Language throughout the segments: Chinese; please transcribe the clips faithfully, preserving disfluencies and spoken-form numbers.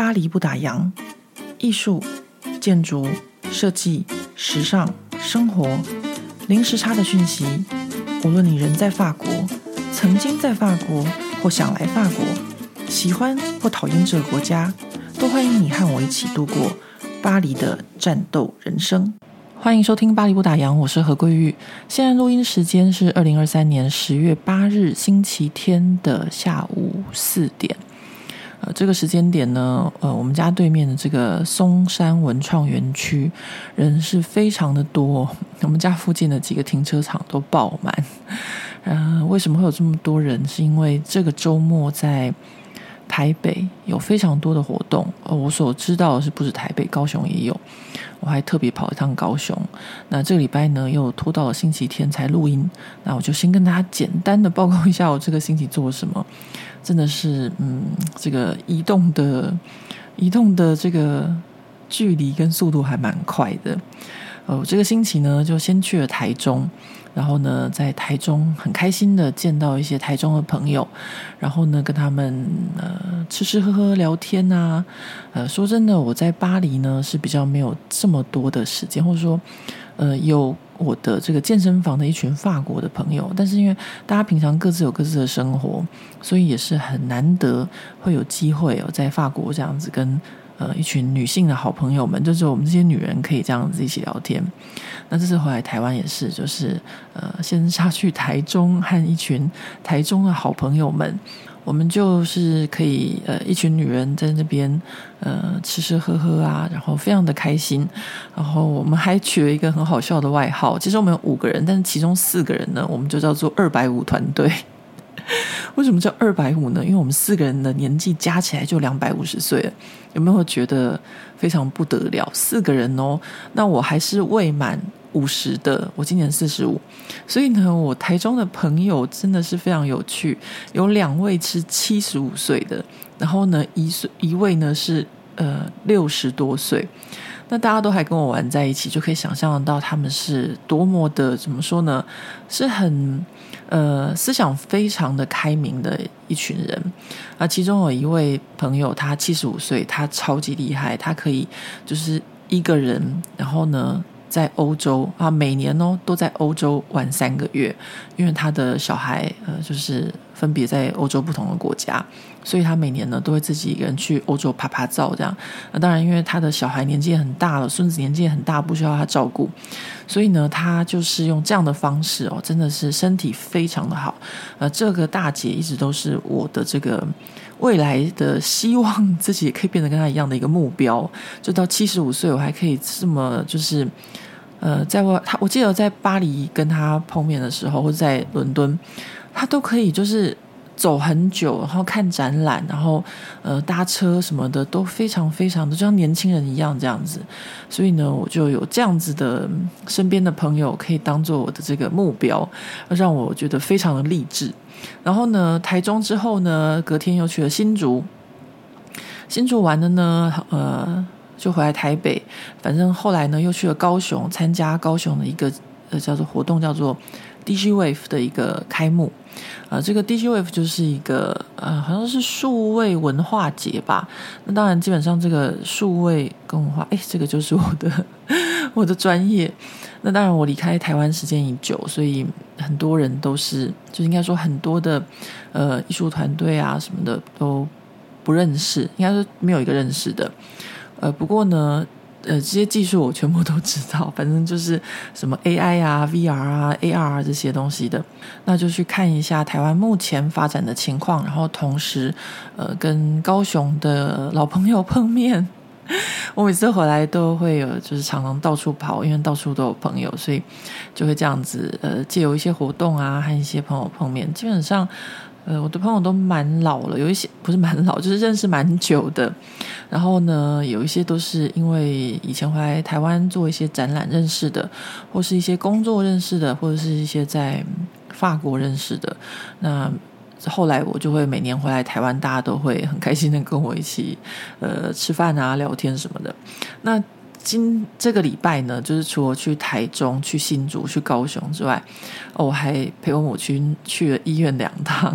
巴黎不打烊，艺术、建筑、设计、时尚、生活，零时差的讯息。无论你人在法国，曾经在法国，或想来法国，喜欢或讨厌这个国家，都欢迎你和我一起度过巴黎的战斗人生。欢迎收听巴黎不打烊，我是何桂玉。现在录音时间是二零二三年十月八日星期天的下午四点。呃，这个时间点呢，呃，我们家对面的这个松山文创园区人是非常的多，我们家附近的几个停车场都爆满。呃，为什么会有这么多人？是因为这个周末在台北有非常多的活动。呃，我所知道的是不止台北，高雄也有。我还特别跑一趟高雄。那这个礼拜呢，又拖到了星期天才录音。那我就先跟大家简单的报告一下我这个星期做了什么。真的是，嗯，这个移动的移动的这个距离跟速度还蛮快的。呃，我这个星期呢，就先去了台中，然后呢，在台中很开心的见到一些台中的朋友，然后呢，跟他们呃吃吃喝喝聊天啊。呃，说真的，我在巴黎呢是比较没有这么多的时间，或者说，呃，有我的这个健身房的一群法国的朋友，但是因为大家平常各自有各自的生活，所以也是很难得会有机会哦，在法国这样子跟呃一群女性的好朋友们，就是我们这些女人可以这样子一起聊天。那这次回来台湾也是，就是呃先下去台中和一群台中的好朋友们。我们就是可以呃一群女人在那边呃吃吃喝喝啊，然后非常的开心。然后我们还取了一个很好笑的外号，其实我们有五个人，但是其中四个人呢，我们就叫做二百五团队。为什么叫二百五呢？因为我们四个人的年纪加起来就两百五十岁了。有没有觉得非常不得了？四个人哦，那我还是未满五十的，我今年四十五，所以呢，我台中的朋友真的是非常有趣，有两位是七十五岁的，然后呢，一岁一位呢是呃六十多岁。那大家都还跟我玩在一起，就可以想象到他们是多么的怎么说呢？是很呃思想非常的开明的一群人啊。其中有一位朋友，他七十五岁，他超级厉害，他可以就是一个人，然后呢，在欧洲啊，每年哦都在欧洲玩三个月，因为他的小孩呃就是分别在欧洲不同的国家，所以他每年呢都会自己一个人去欧洲爬爬照这样。那当然，因为他的小孩年纪也很大了，孙子年纪也很大，不需要他照顾，所以呢，他就是用这样的方式哦，真的是身体非常的好。呃，这个大姐一直都是我的这个未来的希望，自己也可以变得跟他一样的一个目标，就到七十五岁，我还可以这么就是。呃，在我他我记得在巴黎跟他碰面的时候，或者在伦敦，他都可以就是走很久，然后看展览，然后呃搭车什么的都非常非常的就像年轻人一样这样子。所以呢，我就有这样子的身边的朋友可以当做我的这个目标，让我觉得非常的励志。然后呢，台中之后呢，隔天又去了新竹，新竹玩的呢，呃。就回来台北，反正后来呢又去了高雄，参加高雄的一个呃叫做活动，叫做 D G Wave 的一个开幕。呃，这个 D G Wave 就是一个呃好像是数位文化节吧。那当然，基本上这个数位跟文化，哎，这个就是我的我的专业。那当然，我离开台湾时间已久，所以很多人都是，就应该说很多的呃艺术团队啊什么的都不认识，应该说没有一个认识的。呃，不过呢，呃，这些技术我全部都知道，反正就是什么 A I 啊、V R 啊、A R 啊这些东西的，那就去看一下台湾目前发展的情况，然后同时，呃，跟高雄的老朋友碰面。我每次回来都会有，就是常常到处跑，因为到处都有朋友，所以就会这样子，呃，借由一些活动啊，和一些朋友碰面，基本上。呃，我的朋友都蛮老了，有一些不是蛮老，就是认识蛮久的。然后呢，有一些都是因为以前回来台湾做一些展览认识的，或是一些工作认识的，或者是一些在法国认识的。那后来我就会每年回来台湾，大家都会很开心的跟我一起呃吃饭啊、聊天什么的。那今这个礼拜呢，就是除了去台中、去新竹、去高雄之外，哦，我还陪我母亲去了医院两趟。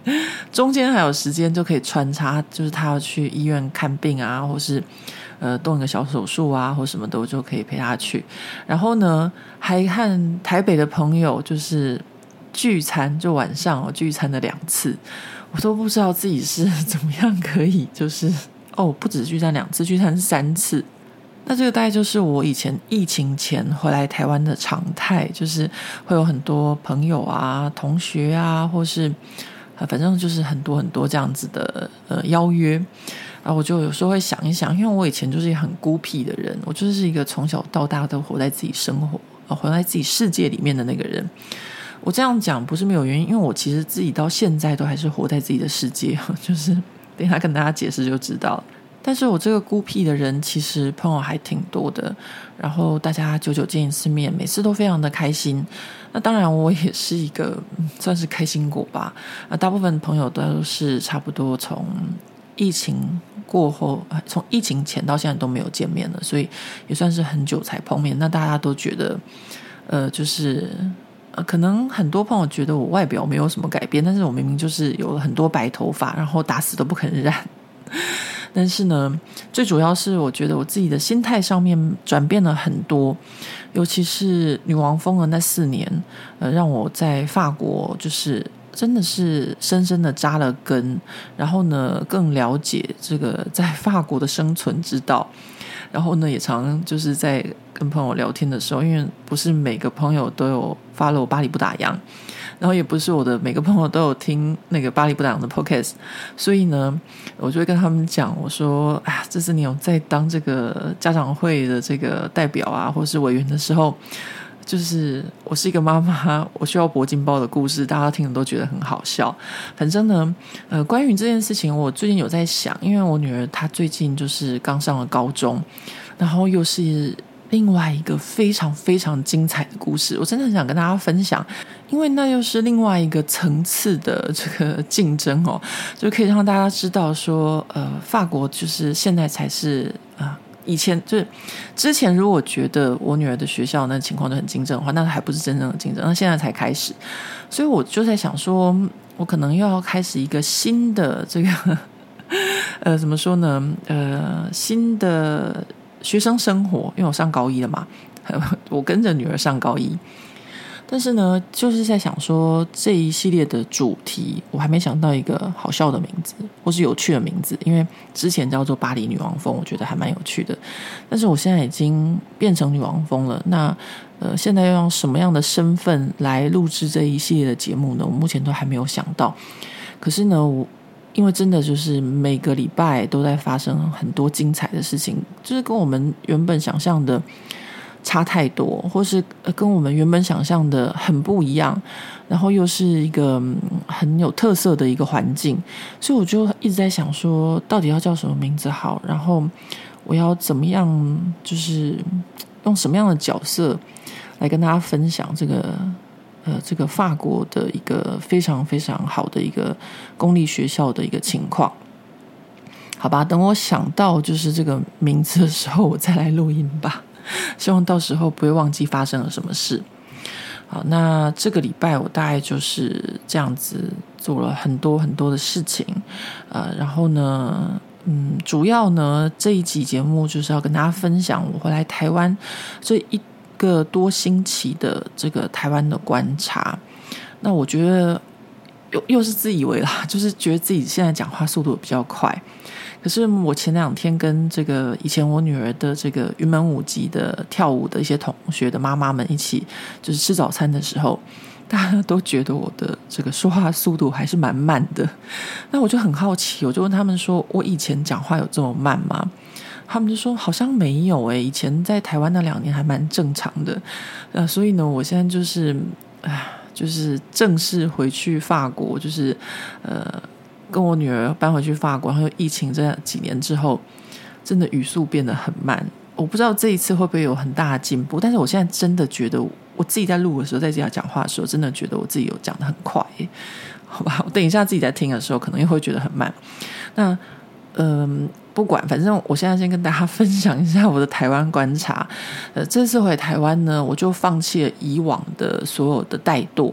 中间还有时间就可以穿插，就是他要去医院看病啊，或是呃动一个小手术啊，或什么的，我就可以陪他去。然后呢，还和台北的朋友就是聚餐，就晚上哦聚餐了两次，我都不知道自己是怎么样可以，就是哦不止聚餐两次，聚餐是三次。那这个大概就是我以前疫情前回来台湾的常态，就是会有很多朋友啊、同学啊，或是、呃、反正就是很多很多这样子的呃邀约。然后我就有时候会想一想，因为我以前就是一个很孤僻的人，我就是一个从小到大都活在自己生活、呃、活在自己世界里面的那个人。我这样讲不是没有原因，因为我其实自己到现在都还是活在自己的世界，就是等一下跟大家解释就知道了。但是我这个孤僻的人其实朋友还挺多的，然后大家久久见一次面，每次都非常的开心。那当然我也是一个、嗯、算是开心果吧。那大部分朋友都是差不多从疫情过后，从疫情前到现在都没有见面了，所以也算是很久才碰面。那大家都觉得呃就是呃，可能很多朋友觉得我外表没有什么改变，但是我明明就是有了很多白头发，然后打死都不肯染。但是呢，最主要是我觉得我自己的心态上面转变了很多，尤其是女王风的那四年，呃，让我在法国就是真的是深深的扎了根，然后呢，更了解这个在法国的生存之道。然后呢，也常就是在跟朋友聊天的时候，因为不是每个朋友都有 follow 巴黎不打烊，然后也不是我的每个朋友都有听那个巴黎不打烊的 podcast， 所以呢，我就会跟他们讲，我说，哎呀，这次你有在当这个家长会的这个代表啊，或是委员的时候，就是我是一个妈妈，我需要铂金包的故事，大家听了都觉得很好笑。反正呢，呃，关于这件事情，我最近有在想，因为我女儿她最近就是刚上了高中，然后又是另外一个非常非常精彩的故事，我真的很想跟大家分享，因为那又是另外一个层次的这个竞争哦，就可以让大家知道说，呃，法国就是现在才是呃。以前就是之前如果觉得我女儿的学校那情况都很竞争的话，那还不是真正的竞争，那现在才开始。所以我就在想说，我可能又要开始一个新的这个呃怎么说呢呃新的学生生活，因为我上高一了嘛，我跟着女儿上高一。但是呢，就是在想说这一系列的主题，我还没想到一个好笑的名字，或是有趣的名字。因为之前叫做巴黎女王风，我觉得还蛮有趣的。但是我现在已经变成女王风了，那呃，现在要用什么样的身份来录制这一系列的节目呢？我目前都还没有想到。可是呢，我因为真的就是每个礼拜都在发生很多精彩的事情，就是跟我们原本想象的差太多，或是跟我们原本想象的很不一样，然后又是一个很有特色的一个环境，所以我就一直在想说到底要叫什么名字好，然后我要怎么样，就是用什么样的角色来跟大家分享这个呃这个法国的一个非常非常好的一个公立学校的一个情况。好吧，等我想到就是这个名字的时候，我再来录音吧。希望到时候不会忘记发生了什么事。好，那这个礼拜我大概就是这样子做了很多很多的事情，呃，然后呢，嗯，主要呢这一集节目就是要跟大家分享我回来台湾这一个多星期的这个台湾的观察。那我觉得又又是自以为啦，就是觉得自己现在讲话速度比较快。可是我前两天跟这个以前我女儿的这个云门舞集的跳舞的一些同学的妈妈们一起就是吃早餐的时候，大家都觉得我的这个说话速度还是蛮慢的。那我就很好奇，我就问他们说，我以前讲话有这么慢吗？他们就说好像没有诶、欸，以前在台湾那两年还蛮正常的。呃，所以呢，我现在就是唉就是正式回去法国，就是呃。跟我女儿搬回去法国，然后疫情这几年之后，真的语速变得很慢。我不知道这一次会不会有很大的进步，但是我现在真的觉得，我自己在录的时候，在这样讲话的时候，真的觉得我自己有讲得很快。好吧，我等一下自己在听的时候，可能又会觉得很慢。那嗯、呃，不管，反正我现在先跟大家分享一下我的台湾观察。呃，这次回台湾呢，我就放弃了以往的所有的怠惰。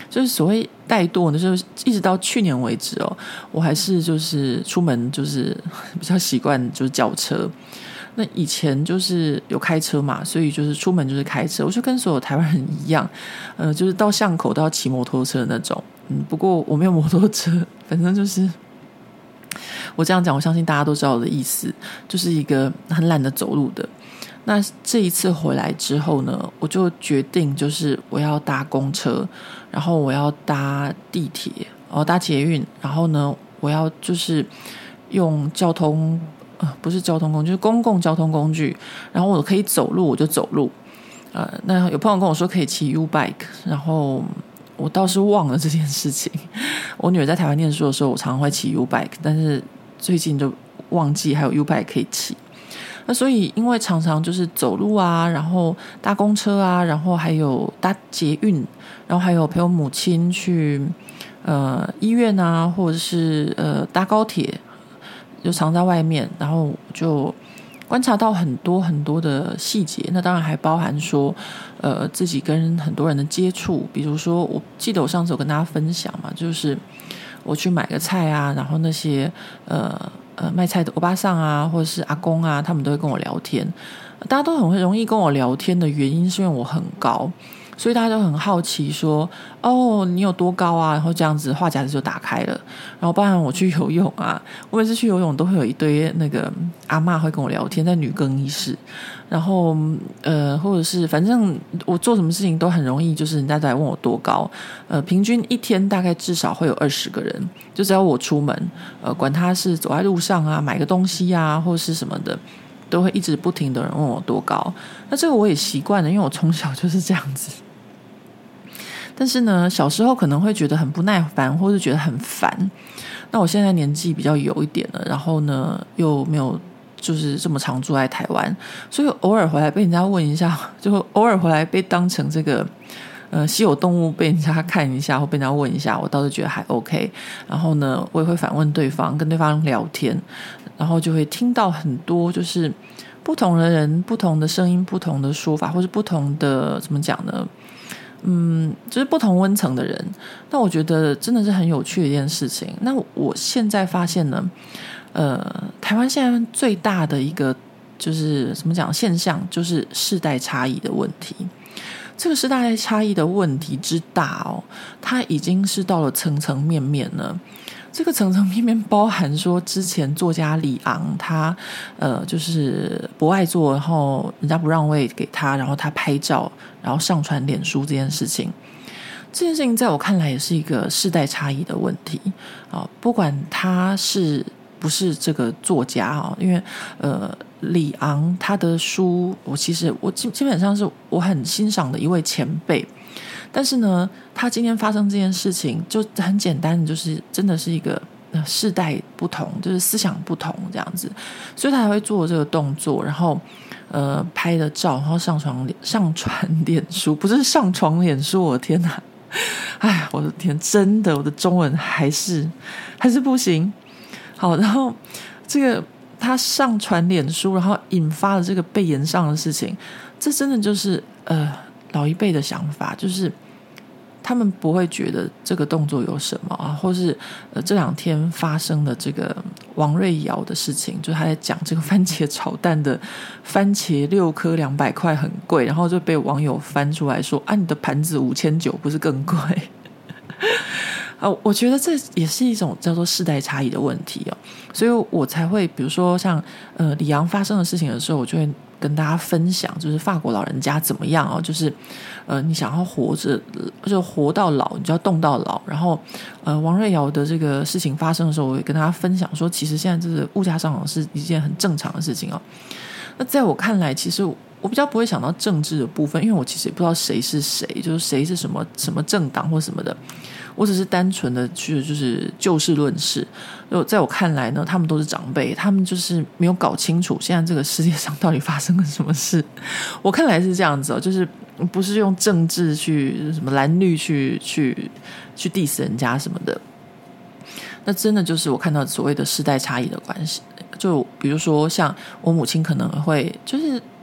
就是所谓怠惰呢，就是一直到去年为止哦，我还是就是出门就是比较习惯就是叫车。那以前就是有开车嘛，所以就是出门就是开车，我就跟所有台湾人一样，呃，就是到巷口都要骑摩托车的那种。嗯，不过我没有摩托车，反正就是我这样讲，我相信大家都知道我的意思，就是一个很懒得走路的。那这一次回来之后呢，我就决定就是我要搭公车，然后我要搭地铁，哦，搭捷运，然后呢，我要就是用交通。呃，不是交通工具，就是公共交通工具。然后我可以走路，我就走路。呃，那有朋友跟我说可以骑 U-Bike， 然后我倒是忘了这件事情。我女儿在台湾念书的时候，我常常会骑 U-Bike， 但是最近就忘记还有 U-Bike 可以骑。那所以因为常常就是走路啊，然后搭公车啊，然后还有搭捷运，然后还有陪我母亲去呃医院啊，或者是呃搭高铁。就常在外面，然后就观察到很多很多的细节，那当然还包含说呃自己跟很多人的接触，比如说我记得我上次有跟大家分享嘛，就是我去买个菜啊，然后那些呃呃卖菜的欧巴桑啊，或者是阿公啊，他们都会跟我聊天。大家都很容易跟我聊天的原因是因为我很高，所以大家都很好奇说，哦，你有多高啊？然后这样子话匣子就打开了。然后包含我去游泳啊，我每次去游泳都会有一堆那个阿嬷会跟我聊天，在女更衣室。然后呃，或者是反正我做什么事情都很容易，就是人家都来问我多高。呃，平均一天大概至少会有二十个人，就只要我出门，呃，管他是走在路上啊，买个东西啊，或者是什么的。都会一直不停的人问我多高，那这个我也习惯了，因为我从小就是这样子。但是呢，小时候可能会觉得很不耐烦，或是觉得很烦。那我现在年纪比较有一点了，然后呢又没有就是这么常住在台湾，所以偶尔回来被人家问一下，就偶尔回来被当成这个呃稀有动物被人家看一下或被人家问一下，我倒是觉得还 OK。然后呢，我也会反问对方，跟对方聊天。然后就会听到很多就是不同的人、不同的声音、不同的说法，或是不同的怎么讲呢？嗯，就是不同温层的人。那我觉得真的是很有趣的一件事情。那我现在发现呢，呃，台湾现在最大的一个就是怎么讲现象，就是世代差异的问题。这个世代差异的问题之大哦，它已经是到了层层面面了。这个层层面面包含说，之前作家李昂他呃就是不爱做，然后人家不让位给他，然后他拍照，然后上传脸书这件事情。这件事情在我看来也是一个世代差异的问题啊，不管他是不是这个作家啊，因为呃李昂他的书，我其实我基基本上是我很欣赏的一位前辈。但是呢，他今天发生这件事情，就很简单的，就是真的是一个呃世代不同，就是思想不同这样子，所以他才会做这个动作，然后呃拍的照，然后上传上传脸书，不是上传脸书，我的天哪！哎，我的天，真的，我的中文还是还是不行。好，然后这个他上传脸书，然后引发了这个被延上的事情，这真的就是呃。老一辈的想法就是他们不会觉得这个动作有什么啊，或是呃这两天发生的这个王瑞瑶的事情，就他在讲这个番茄炒蛋的番茄六颗两百块很贵，然后就被网友翻出来说啊，你的盘子五千九不是更贵？啊，我觉得这也是一种叫做世代差异的问题哦，所以我才会比如说像呃李昂发生的事情的时候，我就会跟大家分享，就是法国老人家怎么样哦，就是呃，你想要活着，就活到老，你就要动到老。然后呃，王瑞瑶的这个事情发生的时候，我会跟大家分享说，其实现在这个物价上涨是一件很正常的事情哦。那在我看来，其实我比较不会想到政治的部分，因为我其实也不知道谁是谁，就是谁是什么什么政党或什么的。我只是单纯的去就是就事论事，在我看来呢，他们都是长辈，他们就是没有搞清楚现在这个世界上到底发生了什么事。我看来是这样子哦，就是不是用政治去什么蓝绿去去去 diss 人家什么的。那真的就是我看到所谓的世代差异的关系，就比如说像我母亲可能会就是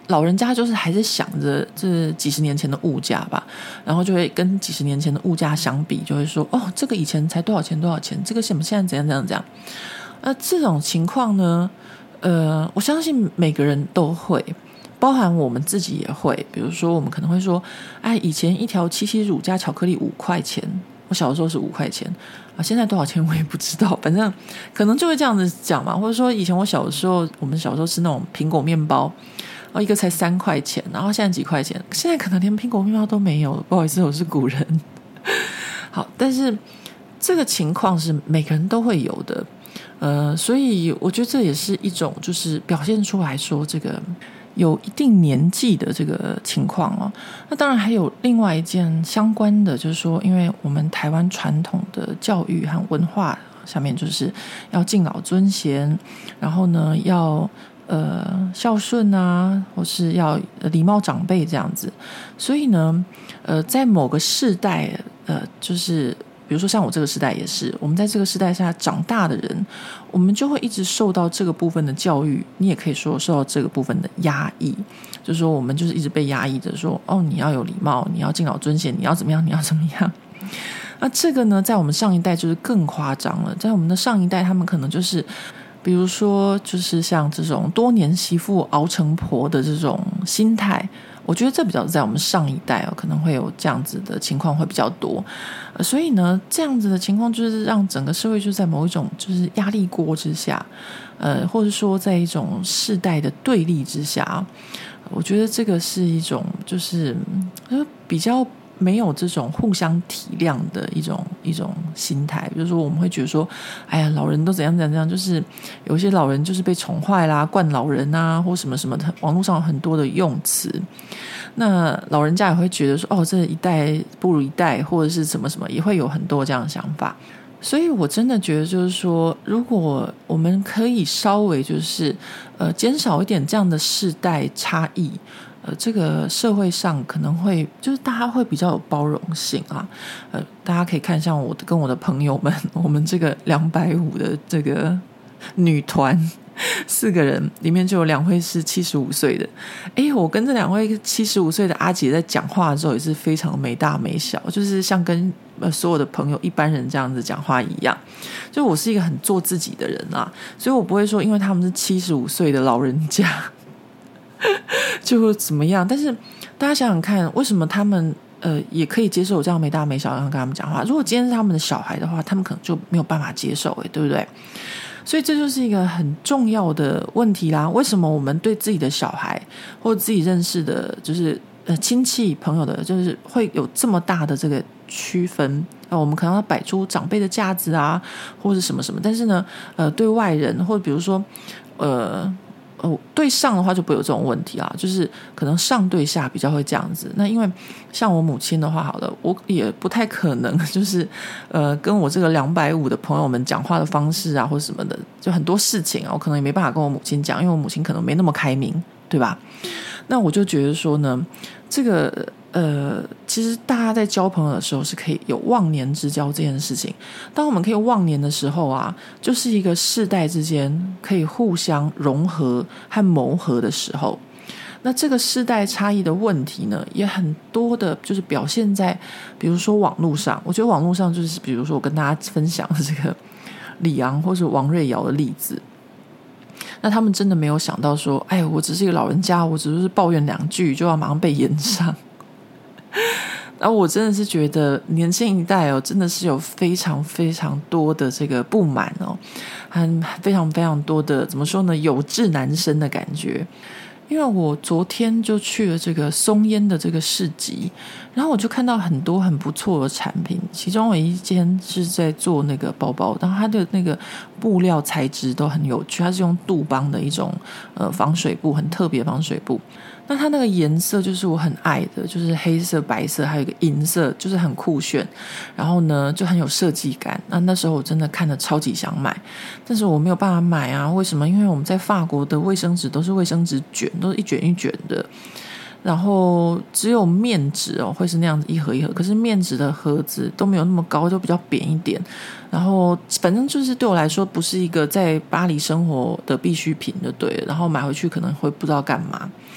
老人家就是还是想着这几十年前的物价吧，然后就会跟几十年前的物价相比，就会说哦，这个以前才多少钱多少钱，这个什么现在怎样怎样怎样。那这种情况呢，呃，我相信每个人都会，包含我们自己也会。比如说，我们可能会说，哎，以前一条七七乳加巧克力五块钱，我小的时候是五块钱啊，现在多少钱我也不知道，反正可能就会这样子讲嘛。或者说，以前我小的时候，我们小时候吃那种苹果面包，然后一个才三块钱，然后现在几块钱，现在可能连苹果面包都没有了。不好意思，我是古人。好，但是这个情况是每个人都会有的。呃，所以我觉得这也是一种就是表现出来说这个有一定年纪的这个情况哦。那当然还有另外一件相关的，就是说因为我们台湾传统的教育和文化下面就是要敬老尊贤，然后呢要呃孝顺啊，或是要礼貌长辈这样子。所以呢呃在某个世代呃就是比如说像我这个时代也是，我们在这个时代下长大的人，我们就会一直受到这个部分的教育，你也可以说受到这个部分的压抑，就是说我们就是一直被压抑着说，哦，你要有礼貌，你要敬老尊贤，你要怎么样，你要怎么样。那这个呢，在我们上一代就是更夸张了，在我们的上一代，他们可能就是比如说就是像这种多年媳妇熬成婆的这种心态，我觉得这比较在我们上一代、哦、可能会有这样子的情况会比较多、呃、所以呢这样子的情况就是让整个社会就在某一种就是压力锅之下，呃，或者说在一种世代的对立之下，我觉得这个是一种就是比较没有这种互相体谅的一种一种心态。比如说我们会觉得说，哎呀，老人都怎样怎样怎样，就是有一些老人就是被宠坏啦，惯老人啊，或什么什么的，网络上有很多的用词。那老人家也会觉得说，哦，这一代不如一代，或者是什么什么，也会有很多这样的想法。所以我真的觉得就是说，如果我们可以稍微就是呃减少一点这样的世代差异，呃，这个社会上可能会就是大家会比较有包容性啊。呃，大家可以看像我跟我的朋友们，我们这个两百五的这个女团。四个人里面就有两位是七十五岁的，诶，我跟这两位七十五岁的阿姐在讲话的时候也是非常没大没小，就是像跟呃所有的朋友一般人这样子讲话一样。就我是一个很做自己的人啊，所以我不会说因为他们是七十五岁的老人家就怎么样。但是大家想想看，为什么他们呃也可以接受这样没大没小这样跟他们讲话？如果今天是他们的小孩的话，他们可能就没有办法接受，诶，对不对？所以这就是一个很重要的问题啦。为什么我们对自己的小孩或者自己认识的就是呃亲戚朋友的，就是会有这么大的这个区分、呃、我们可能要摆出长辈的架子啊，或者什么什么。但是呢呃对外人，或者比如说呃哦，对上的话就不会有这种问题啦，就是可能上对下比较会这样子。那因为像我母亲的话，好了，我也不太可能就是呃跟我这个两百五的朋友们讲话的方式啊，或什么的，就很多事情啊，我可能也没办法跟我母亲讲，因为我母亲可能没那么开明，对吧？那我就觉得说呢，这个呃，其实大家在交朋友的时候是可以有忘年之交这件事情。当我们可以忘年的时候啊，就是一个世代之间可以互相融合和谋合的时候。那这个世代差异的问题呢，也很多的就是表现在比如说网络上。我觉得网络上就是比如说我跟大家分享的这个李昂或是王瑞瑶的例子，那他们真的没有想到说，哎，我只是一个老人家，我只是抱怨两句就要马上被炎上。然后我真的是觉得年轻一代哦，真的是有非常非常多的这个不满哦，和非常非常多的怎么说呢，有志难伸的感觉。因为我昨天就去了这个松烟的这个市集，然后我就看到很多很不错的产品，其中有一间是在做那个包包，然后它的那个布料材质都很有趣，它是用杜邦的一种呃防水布，很特别的防水布。那它那个颜色就是我很爱的，就是黑色、白色，还有一个银色，就是很酷炫，然后呢就很有设计感。那那时候我真的看了超级想买，但是我没有办法买啊。为什么？因为我们在法国的卫生纸都是卫生纸卷，都是一卷一卷的，然后只有面纸哦会是那样子一盒一盒，可是面纸的盒子都没有那么高，就比较扁一点。然后反正就是对我来说不是一个在巴黎生活的必需品就对了，然后买回去可能会不知道干嘛。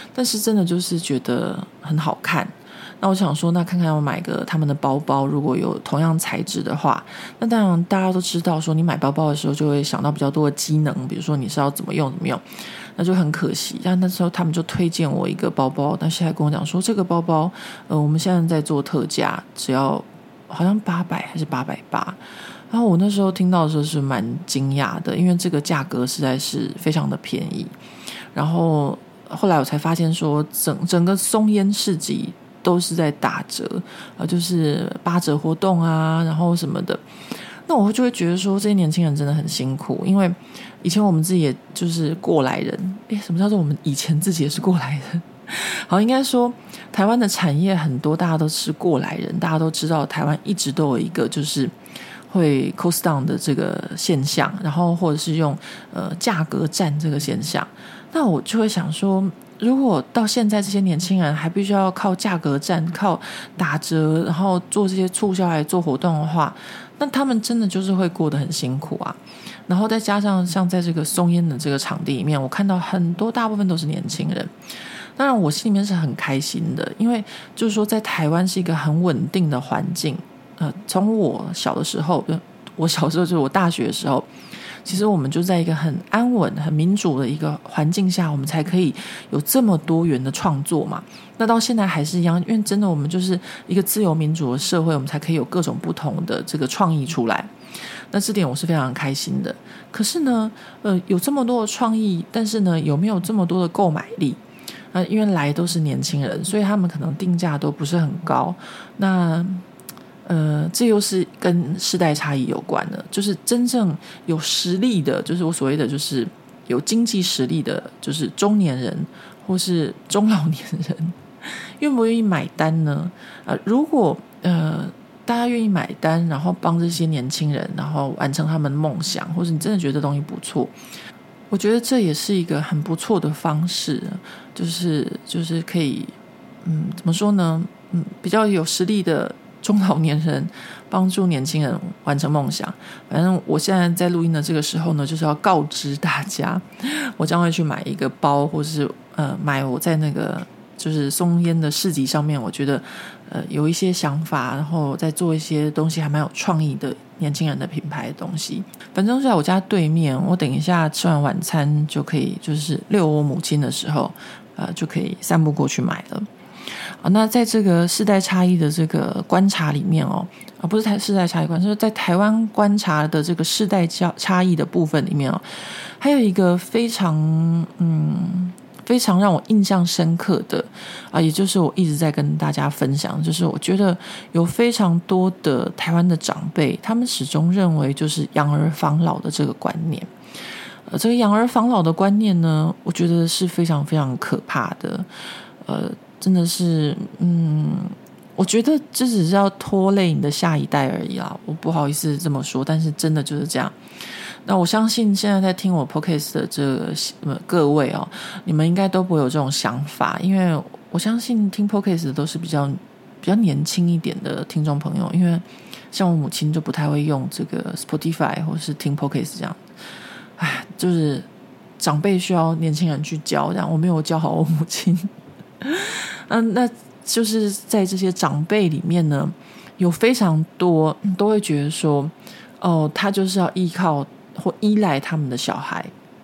但是真的就是觉得很好看。那我想说，那看看要买个他们的包包，如果有同样材质的话，那当然大家都知道说，你买包包的时候就会想到比较多的机能，比如说你是要怎么用怎么用，那就很可惜。但那时候他们就推荐我一个包包，但是还跟我讲说，这个包包呃，我们现在在做特价，只要好像八百还是八百八。然后我那时候听到的时候是蛮惊讶的，因为这个价格实在是非常的便宜。然后后来我才发现说，整整个松烟市集都是在打折，呃，就是八折活动啊，然后什么的。那我就会觉得说，这些年轻人真的很辛苦，因为以前我们自己也就是过来人。诶，什么叫做我们以前自己也是过来人？好，应该说台湾的产业很多，大家都是过来人，大家都知道台湾一直都有一个就是会 cost down 的这个现象，然后或者是用呃价格战这个现象。那我就会想说，如果到现在这些年轻人还必须要靠价格战、靠打折，然后做这些促销来做活动的话，那他们真的就是会过得很辛苦啊。然后再加上像在这个松烟的这个场地里面，我看到很多大部分都是年轻人。当然我心里面是很开心的，因为就是说在台湾是一个很稳定的环境。呃，从我小的时候，我小时候就是我大学的时候，其实我们就在一个很安稳、很民主的一个环境下，我们才可以有这么多元的创作嘛。那到现在还是一样，因为真的我们就是一个自由民主的社会，我们才可以有各种不同的这个创意出来。那这点我是非常开心的。可是呢，呃，有这么多的创意，但是呢，有没有这么多的购买力？呃，因为来都是年轻人，所以他们可能定价都不是很高。那呃，这又是跟世代差异有关的，就是真正有实力的，就是我所谓的就是有经济实力的，就是中年人或是中老年人，愿不愿意买单呢？呃，如果呃大家愿意买单，然后帮这些年轻人，然后完成他们的梦想，或是你真的觉得这东西不错，我觉得这也是一个很不错的方式，就是就是可以，嗯，怎么说呢？嗯，比较有实力的中老年人帮助年轻人完成梦想。反正我现在在录音的这个时候呢，就是要告知大家，我将会去买一个包，或是呃买我在那个就是松烟的市集上面，我觉得呃有一些想法，然后再做一些东西还蛮有创意的年轻人的品牌的东西。反正就在我家对面，我等一下吃完晚餐就可以，就是遛我母亲的时候，呃就可以散步过去买了。啊，那在这个世代差异的这个观察里面哦，啊不是台世代差异观，就是在台湾观察的这个世代差异的部分里面哦，还有一个非常嗯非常让我印象深刻的啊，也就是我一直在跟大家分享，就是我觉得有非常多的台湾的长辈，他们始终认为就是养儿防老的这个观念。呃，这个养儿防老的观念呢，我觉得是非常非常可怕的。呃。真的是，嗯，我觉得这只是要拖累你的下一代而已啦。我不好意思这么说，但是真的就是这样。那我相信现在在听我 podcast 的这个各位哦，你们应该都不会有这种想法，因为我相信听 podcast 的都是比较比较年轻一点的听众朋友，因为像我母亲就不太会用这个 Spotify 或是听 podcast 这样。哎，就是长辈需要年轻人去教，这样我没有教好我母亲。嗯，那就是在这些长辈里面呢，有非常多都会觉得说，哦，他就是要依靠或依赖他们的小孩。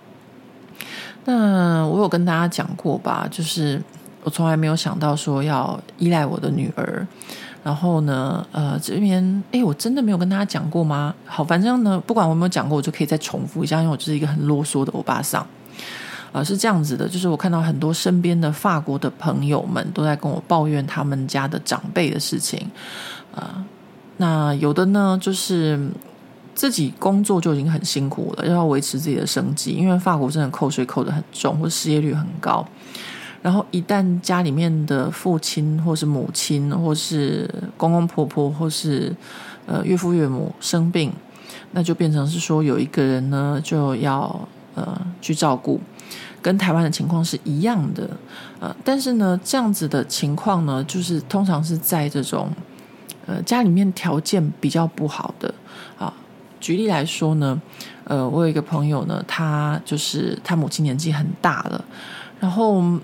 那我有跟大家讲过吧，就是我从来没有想到说要依赖我的女儿。然后呢，呃，这边哎，我真的没有跟大家讲过吗？好，反正呢，不管我有没有讲过，我就可以再重复一下，因为我就是一个很啰嗦的欧巴桑。呃，是这样子的，就是我看到很多身边的法国的朋友们都在跟我抱怨他们家的长辈的事情。呃，那有的呢，就是自己工作就已经很辛苦了，要维持自己的生计，因为法国真的扣税扣得很重，或失业率很高。然后一旦家里面的父亲或是母亲或是公公婆婆或是呃岳父岳母生病，那就变成是说有一个人呢就要呃去照顾。跟台湾的情况是一样的，呃，但是呢，这样子的情况呢，就是通常是在这种呃家里面条件比较不好的啊。举例来说呢，呃，我有一个朋友呢，他就是他母亲年纪很大了，然后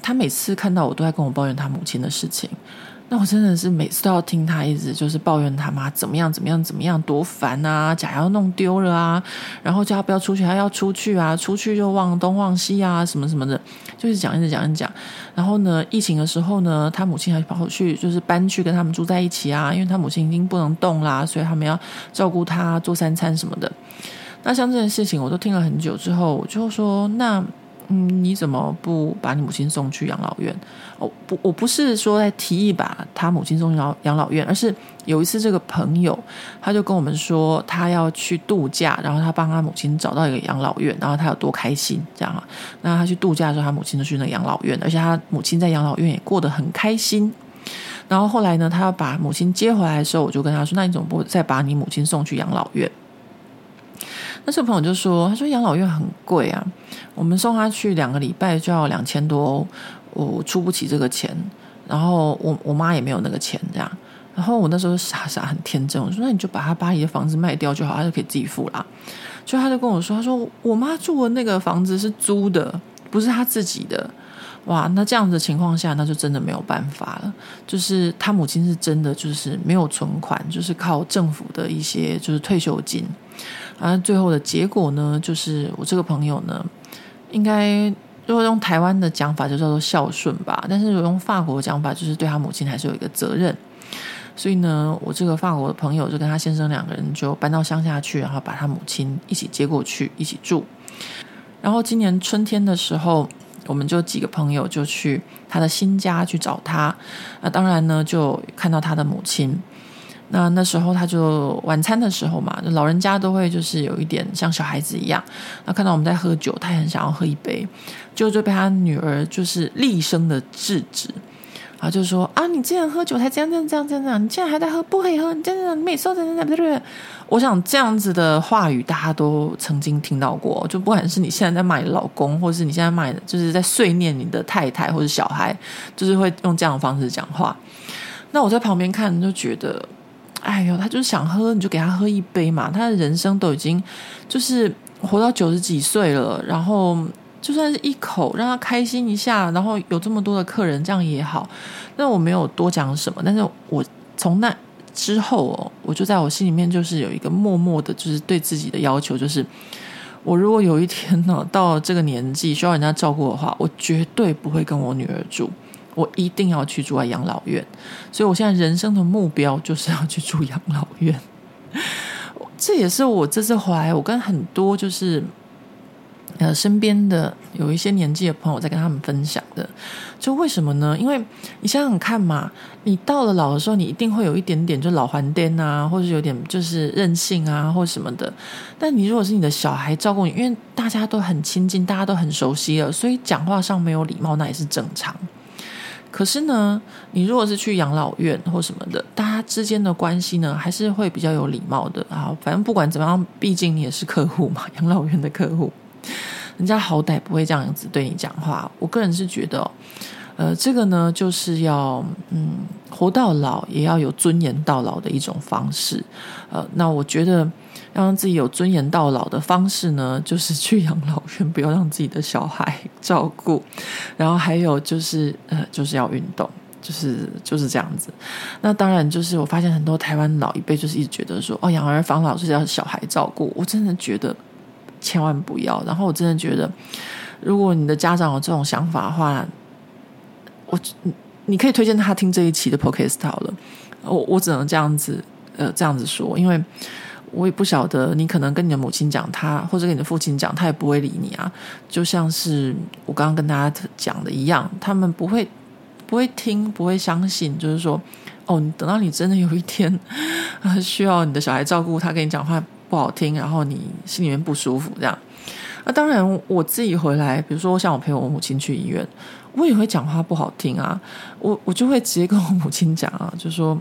他每次看到我都在跟我抱怨他母亲的事情，那我真的是每次都要听他一直就是抱怨他妈怎么样怎么样怎么样多烦啊，假药弄丢了啊，然后叫他不要出去，他要出去啊，出去就忘东忘西啊什么什么的，就是讲一直讲一直讲。然后呢，疫情的时候呢，他母亲还跑去就是搬去跟他们住在一起啊，因为他母亲已经不能动啦，所以他们要照顾他做三餐什么的。那像这件事情我都听了很久之后，我就说那嗯，你怎么不把你母亲送去养老院？哦，不，我不是说在提议把他母亲送去养老院，而是有一次这个朋友他就跟我们说他要去度假，然后他帮他母亲找到一个养老院，然后他有多开心这样啊。那他去度假的时候，他母亲就去那个养老院，而且他母亲在养老院也过得很开心。然后后来呢，他要把母亲接回来的时候，我就跟他说，那你怎么不再把你母亲送去养老院？那这个朋友就说，他说养老院很贵啊，我们送他去两个礼拜就要两千多欧，我出不起这个钱，然后我我妈也没有那个钱这样。然后我那时候傻傻很天真，我说那你就把他巴黎的房子卖掉就好，他就可以自己付啦。就他就跟我说，他说我妈住的那个房子是租的，不是他自己的。哇，那这样子的情况下，那就真的没有办法了。就是他母亲是真的就是没有存款，就是靠政府的一些就是退休金。啊，最后的结果呢，就是我这个朋友呢，应该如果用台湾的讲法就叫做孝顺吧，但是如果用法国的讲法，就是对他母亲还是有一个责任。所以呢，我这个法国的朋友就跟他先生两个人就搬到乡下去，然后把他母亲一起接过去一起住。然后今年春天的时候，我们就几个朋友就去他的新家去找他。那当然呢，就看到他的母亲。那那时候他就晚餐的时候嘛，老人家都会就是有一点像小孩子一样，那看到我们在喝酒，他也很想要喝一杯，就就被他女儿就是厉声的制止，然后就说啊，你之前喝酒才这样这样这样这样这样，你现在还在喝，不可以喝，你这样你每次都这样这样。我想这样子的话语大家都曾经听到过，就不管是你现在在骂你老公，或是你现在骂就是在碎念你的太太或者小孩，就是会用这样的方式讲话。那我在旁边看就觉得哎呦，他就是想喝，你就给他喝一杯嘛。他的人生都已经就是活到九十几岁了，然后就算是一口让他开心一下，然后有这么多的客人，这样也好。那我没有多讲什么，但是我从那之后哦，我就在我心里面就是有一个默默的，就是对自己的要求，就是我如果有一天呢到这个年纪需要人家照顾的话，我绝对不会跟我女儿住。我一定要去住在养老院，所以我现在人生的目标就是要去住养老院。这也是我这次回来，我跟很多就是呃身边的有一些年纪的朋友在跟他们分享的。就为什么呢？因为你想想看嘛，你到了老的时候，你一定会有一点点就老还颠啊，或者有点就是任性啊，或什么的。但你如果是你的小孩照顾你，因为大家都很亲近，大家都很熟悉了，所以讲话上没有礼貌那也是正常。可是呢，你如果是去养老院或什么的，大家之间的关系呢，还是会比较有礼貌的啊。反正不管怎么样，毕竟你也是客户嘛，养老院的客户，人家好歹不会这样子对你讲话。我个人是觉得、哦，呃，这个呢，就是要嗯，活到老也要有尊严到老的一种方式。呃，那我觉得要让自己有尊严到老的方式呢，就是去养老院，不要让自己的小孩照顾。然后还有就是呃，就是要运动，就是就是这样子。那当然就是我发现很多台湾老一辈就是一直觉得说，哦，养儿防老是要小孩照顾。我真的觉得千万不要。然后我真的觉得，如果你的家长有这种想法的话，我你可以推荐他听这一期的 podcast 好了。我我只能这样子呃这样子说，因为我也不晓得你可能跟你的母亲讲他，或者跟你的父亲讲，他也不会理你啊。就像是我刚刚跟大家讲的一样，他们不会不会听，不会相信，就是说哦，等到你真的有一天、呃、需要你的小孩照顾，他跟你讲话不好听，然后你心里面不舒服这样。那、啊、当然我自己回来，比如说像我陪我母亲去医院，我也会讲话不好听啊，我我就会直接跟我母亲讲啊，就说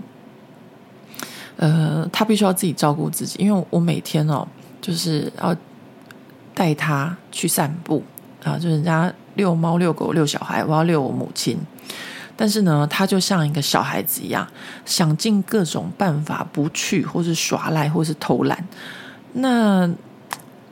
呃，她必须要自己照顾自己，因为我每天哦，就是要带她去散步啊，就是人家遛猫、遛狗、遛小孩，我要遛我母亲。但是呢，她就像一个小孩子一样，想尽各种办法不去，或是耍赖，或是偷懒。那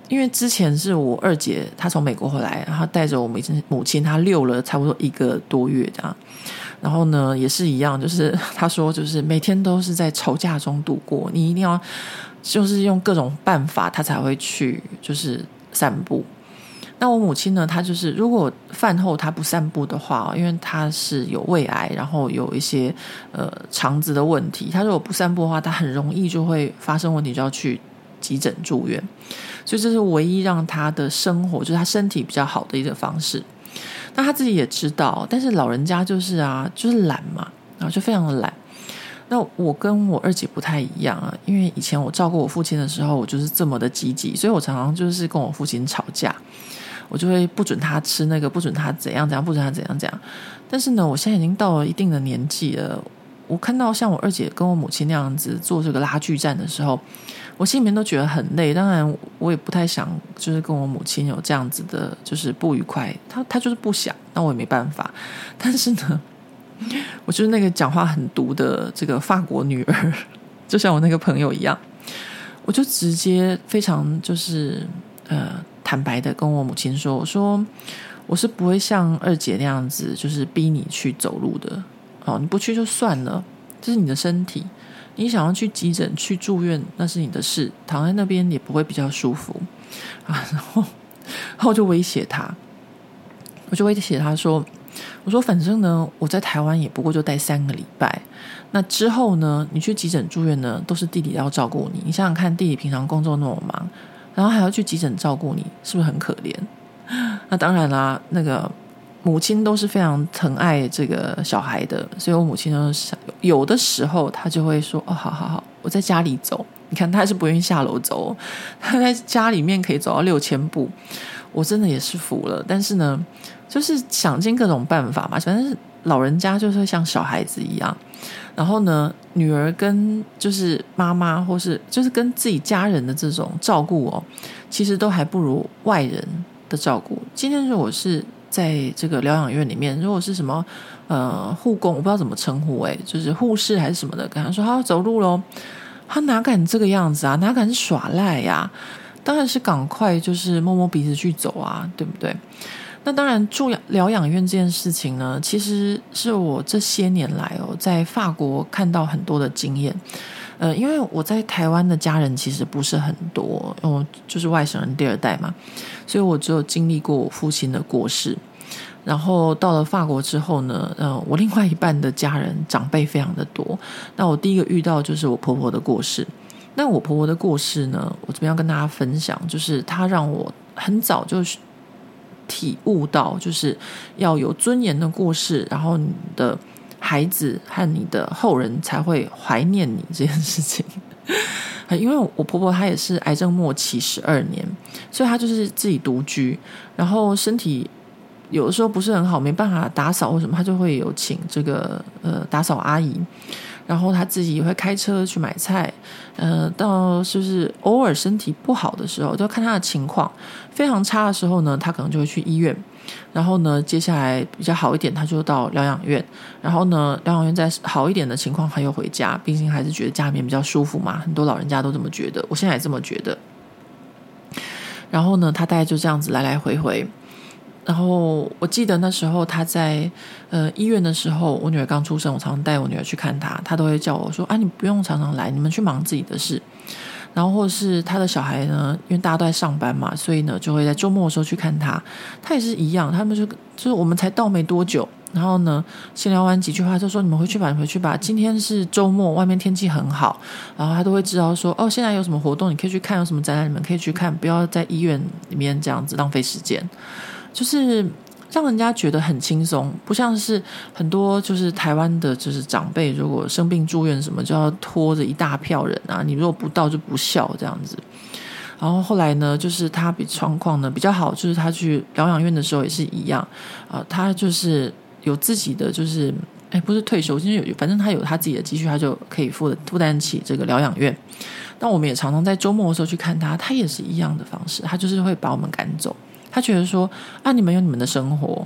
因为之前是我二姐她从美国回来，然后带着我母亲母亲她溜了差不多一个多月这样，然后呢也是一样，就是她说就是每天都是在吵架中度过，你一定要就是用各种办法她才会去就是散步。那我母亲呢，她就是如果饭后她不散步的话，因为她是有胃癌，然后有一些呃肠子的问题，她如果不散步的话，她很容易就会发生问题，就要去急诊住院。所以这是唯一让她的生活就是她身体比较好的一个方式。那她自己也知道，但是老人家就是啊就是懒嘛，然后就非常的懒。那我跟我二姐不太一样啊，因为以前我照顾我父亲的时候，我就是这么的积极，所以我常常就是跟我父亲吵架，我就会不准他吃那个，不准他怎样怎样，不准他怎样怎样。但是呢，我现在已经到了一定的年纪了，我看到像我二姐跟我母亲那样子做这个拉锯战的时候，我心里面都觉得很累。当然我也不太想就是跟我母亲有这样子的就是不愉快，她她就是不想，那我也没办法。但是呢，我就是那个讲话很毒的这个法国女儿，就像我那个朋友一样，我就直接非常就是呃坦白的跟我母亲说，我说我是不会像二姐那样子就是逼你去走路的哦，你不去就算了，这是你的身体，你想要去急诊去住院那是你的事，躺在那边也不会比较舒服啊。然后然后我就威胁他，我就威胁他说，我说反正呢我在台湾也不过就待三个礼拜，那之后呢你去急诊住院呢都是弟弟要照顾你，你想想看弟弟平常工作那么忙，然后还要去急诊照顾你，是不是很可怜？那当然啦，那个母亲都是非常疼爱这个小孩的，所以我母亲呢有的时候她就会说，哦好好好，我在家里走，你看她还是不愿意下楼走，她在家里面可以走到六千步，我真的也是服了。但是呢就是想尽各种办法嘛，反正老人家就是像小孩子一样，然后呢女儿跟就是妈妈或是就是跟自己家人的这种照顾哦，其实都还不如外人的照顾。今天如果是在这个疗养院里面，如果是什么呃护工，我不知道怎么称呼，诶，就是护士还是什么的，跟他说好走路咯，他哪敢这个样子啊，哪敢耍赖呀、啊？当然是赶快就是摸摸鼻子去走啊，对不对？那当然住疗养院这件事情呢，其实是我这些年来哦在法国看到很多的经验。呃，因为我在台湾的家人其实不是很多，我就是外省人第二代嘛，所以我只有经历过我父亲的过世。然后到了法国之后呢，呃，我另外一半的家人长辈非常的多。那我第一个遇到就是我婆婆的过世。那我婆婆的过世呢，我这边要跟大家分享，就是她让我很早就体悟到，就是要有尊严的过世，然后你的孩子和你的后人才会怀念你这件事情。因为我婆婆她也是癌症末期十二年，所以她就是自己独居，然后身体有的时候不是很好，没办法打扫或什么，她就会有请这个呃打扫阿姨，然后她自己也会开车去买菜，呃，到就是偶尔身体不好的时候，就看她的情况，非常差的时候呢，她可能就会去医院。然后呢接下来比较好一点他就到疗养院，然后呢疗养院再好一点的情况他又回家，毕竟还是觉得家里面比较舒服嘛，很多老人家都这么觉得，我现在也这么觉得。然后呢他大概就这样子来来回回。然后我记得那时候他在呃医院的时候，我女儿刚出生，我常常带我女儿去看她，她都会叫我说啊你不用常常来，你们去忙自己的事。然后或是他的小孩呢，因为大家都在上班嘛，所以呢就会在周末的时候去看他。他也是一样，他们就就是我们才到没多久，然后呢闲聊完几句话就说你们回去吧，你回去吧，今天是周末，外面天气很好。然后他都会知道说哦现在有什么活动你可以去看，有什么展览你们可以去看，不要在医院里面这样子浪费时间，就是让人家觉得很轻松，不像是很多就是台湾的就是长辈如果生病住院什么就要拖着一大票人啊，你如果不到就不孝这样子。然后后来呢就是他比状况呢比较好，就是他去疗养院的时候也是一样啊、呃，他就是有自己的就是哎不是退休，因为有反正他有他自己的积蓄，他就可以负负担起这个疗养院。那我们也常常在周末的时候去看他，他也是一样的方式，他就是会把我们赶走，他觉得说啊你们有你们的生活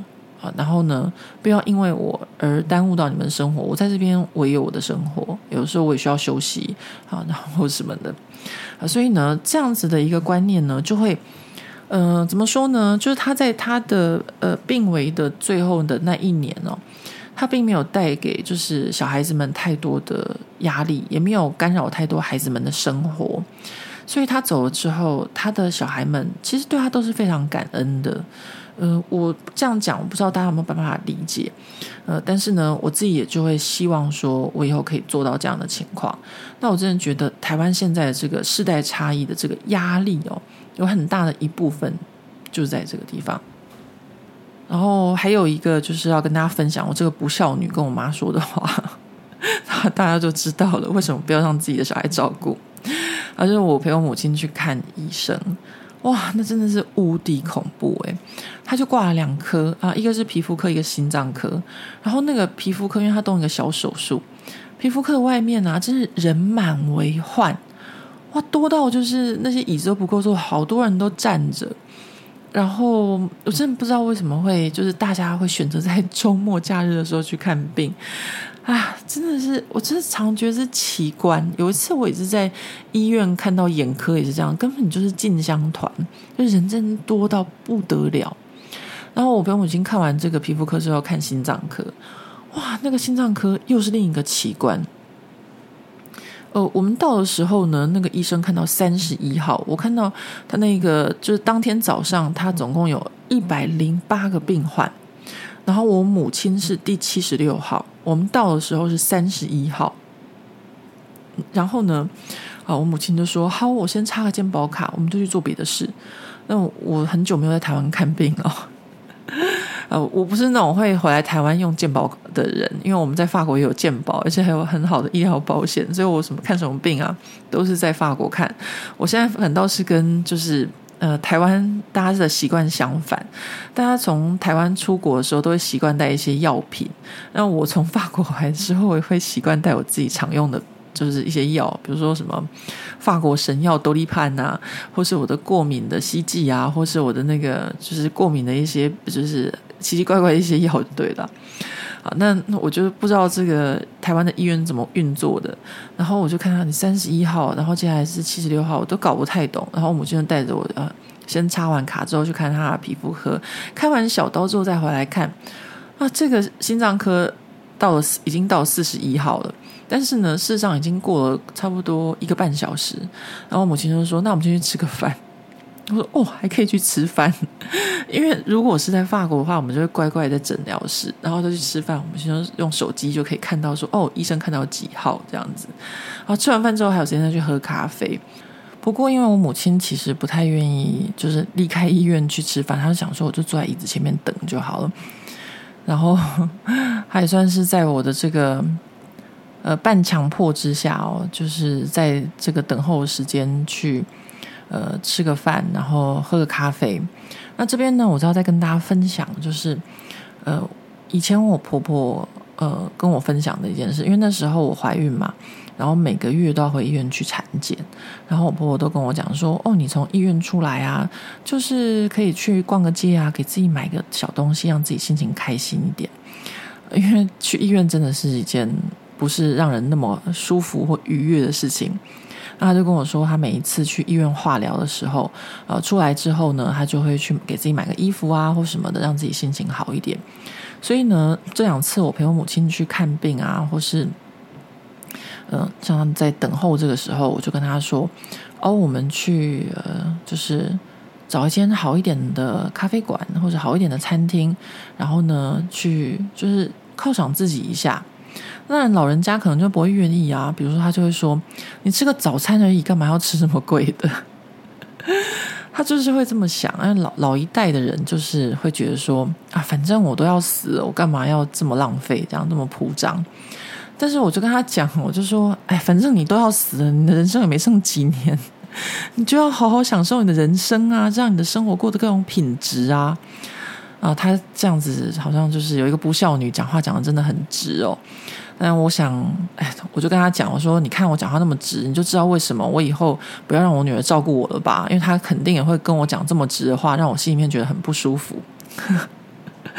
好，然后呢，不要因为我而耽误到你们的生活。我在这边我也有我的生活，有的时候我也需要休息啊，然后什么的啊，所以呢，这样子的一个观念呢，就会呃怎么说呢？就是他在他的呃病危的最后的那一年哦，他并没有带给就是小孩子们太多的压力，也没有干扰太多孩子们的生活。所以他走了之后，他的小孩们其实对他都是非常感恩的。呃，我这样讲，我不知道大家有没有办法理解。呃，但是呢，我自己也就会希望说，我以后可以做到这样的情况。那我真的觉得，台湾现在的这个世代差异的这个压力哦，有很大的一部分就是在这个地方。然后还有一个就是要跟大家分享我这个不孝女跟我妈说的话，大家就知道了为什么不要让自己的小孩照顾。而且我陪我母亲去看医生，哇，那真的是无敌恐怖诶。他就挂了两科啊，一个是皮肤科，一个心脏科。然后那个皮肤科，因为他动一个小手术，皮肤科的外面啊，真是人满为患，哇，多到就是那些椅子都不够坐，好多人都站着。然后我真的不知道为什么会，就是大家会选择在周末假日的时候去看病。啊，真的是，我真的常觉得是奇观。有一次我也是在医院看到眼科也是这样，根本就是进香团，就人真的多到不得了。然后我朋友已经看完这个皮肤科之后看心脏科，哇，那个心脏科又是另一个奇观。呃，我们到的时候呢，那个医生看到三十一号，我看到他那个就是当天早上他总共有一百零八个病患，然后我母亲是第七十六号，我们到的时候是三十一号。然后呢，啊，我母亲就说：“好，我先插个健保卡，我们就去做别的事。”那我很久没有在台湾看病了。呃，我不是那种会回来台湾用健保的人，因为我们在法国也有健保，而且还有很好的医疗保险，所以我什么看什么病啊，都是在法国看。我现在反倒是跟就是呃台湾大家的习惯相反，大家从台湾出国的时候都会习惯带一些药品，那我从法国回来之后，我也会习惯带我自己常用的。就是一些药，比如说什么法国神药多利盼啊，或是我的过敏的西剂啊，或是我的那个就是过敏的一些就是奇奇怪怪的一些药就对了。好，那我就不知道这个台湾的医院怎么运作的，然后我就看到你三十一号，然后接下来是七十六号，我都搞不太懂。然后我母亲就带着我呃，先插完卡之后去看他的皮肤科，开完小刀之后再回来看啊，这个心脏科到了已经到四十一号了。但是呢，事实上已经过了差不多一个半小时，然后我母亲就说：“那我们就去吃个饭。”我说：“哦，还可以去吃饭，因为如果是在法国的话，我们就会乖乖在诊疗室，然后就去吃饭。我们现在用手机就可以看到说，哦，医生看到几号这样子。然后吃完饭之后还有时间再去喝咖啡。不过因为我母亲其实不太愿意，就是离开医院去吃饭，她就想说我就坐在椅子前面等就好了。然后她也算是在我的这个。”呃，半强迫之下哦，就是在这个等候的时间去呃吃个饭，然后喝个咖啡。那这边呢，我知道再跟大家分享，就是呃，以前我婆婆呃跟我分享的一件事，因为那时候我怀孕嘛，然后每个月都要回医院去产检，然后我婆婆都跟我讲说，哦，你从医院出来啊，就是可以去逛个街啊，给自己买个小东西，让自己心情开心一点。因为去医院真的是一件不是让人那么舒服或愉悦的事情。那他就跟我说，他每一次去医院化疗的时候，呃，出来之后呢，他就会去给自己买个衣服啊，或什么的，让自己心情好一点。所以呢，这两次我陪我母亲去看病啊，或是呃，像在等候这个时候，我就跟他说，哦，我们去呃，就是找一间好一点的咖啡馆，或者好一点的餐厅，然后呢，去就是犒赏自己一下。那老人家可能就不会愿意啊，比如说他就会说，你吃个早餐而已，干嘛要吃这么贵的？他就是会这么想。因为老老一代的人就是会觉得说啊，反正我都要死了，我干嘛要这么浪费，这样这么铺张。但是我就跟他讲，我就说，哎，反正你都要死了，你的人生也没剩几年，你就要好好享受你的人生啊，让你的生活过得更有品质啊。啊，他这样子好像就是有一个不孝女，讲话讲的真的很直哦。但我想，哎，我就跟他讲，我说，你看我讲话那么直，你就知道为什么我以后不要让我女儿照顾我了吧？因为她肯定也会跟我讲这么直的话，让我心里面觉得很不舒服。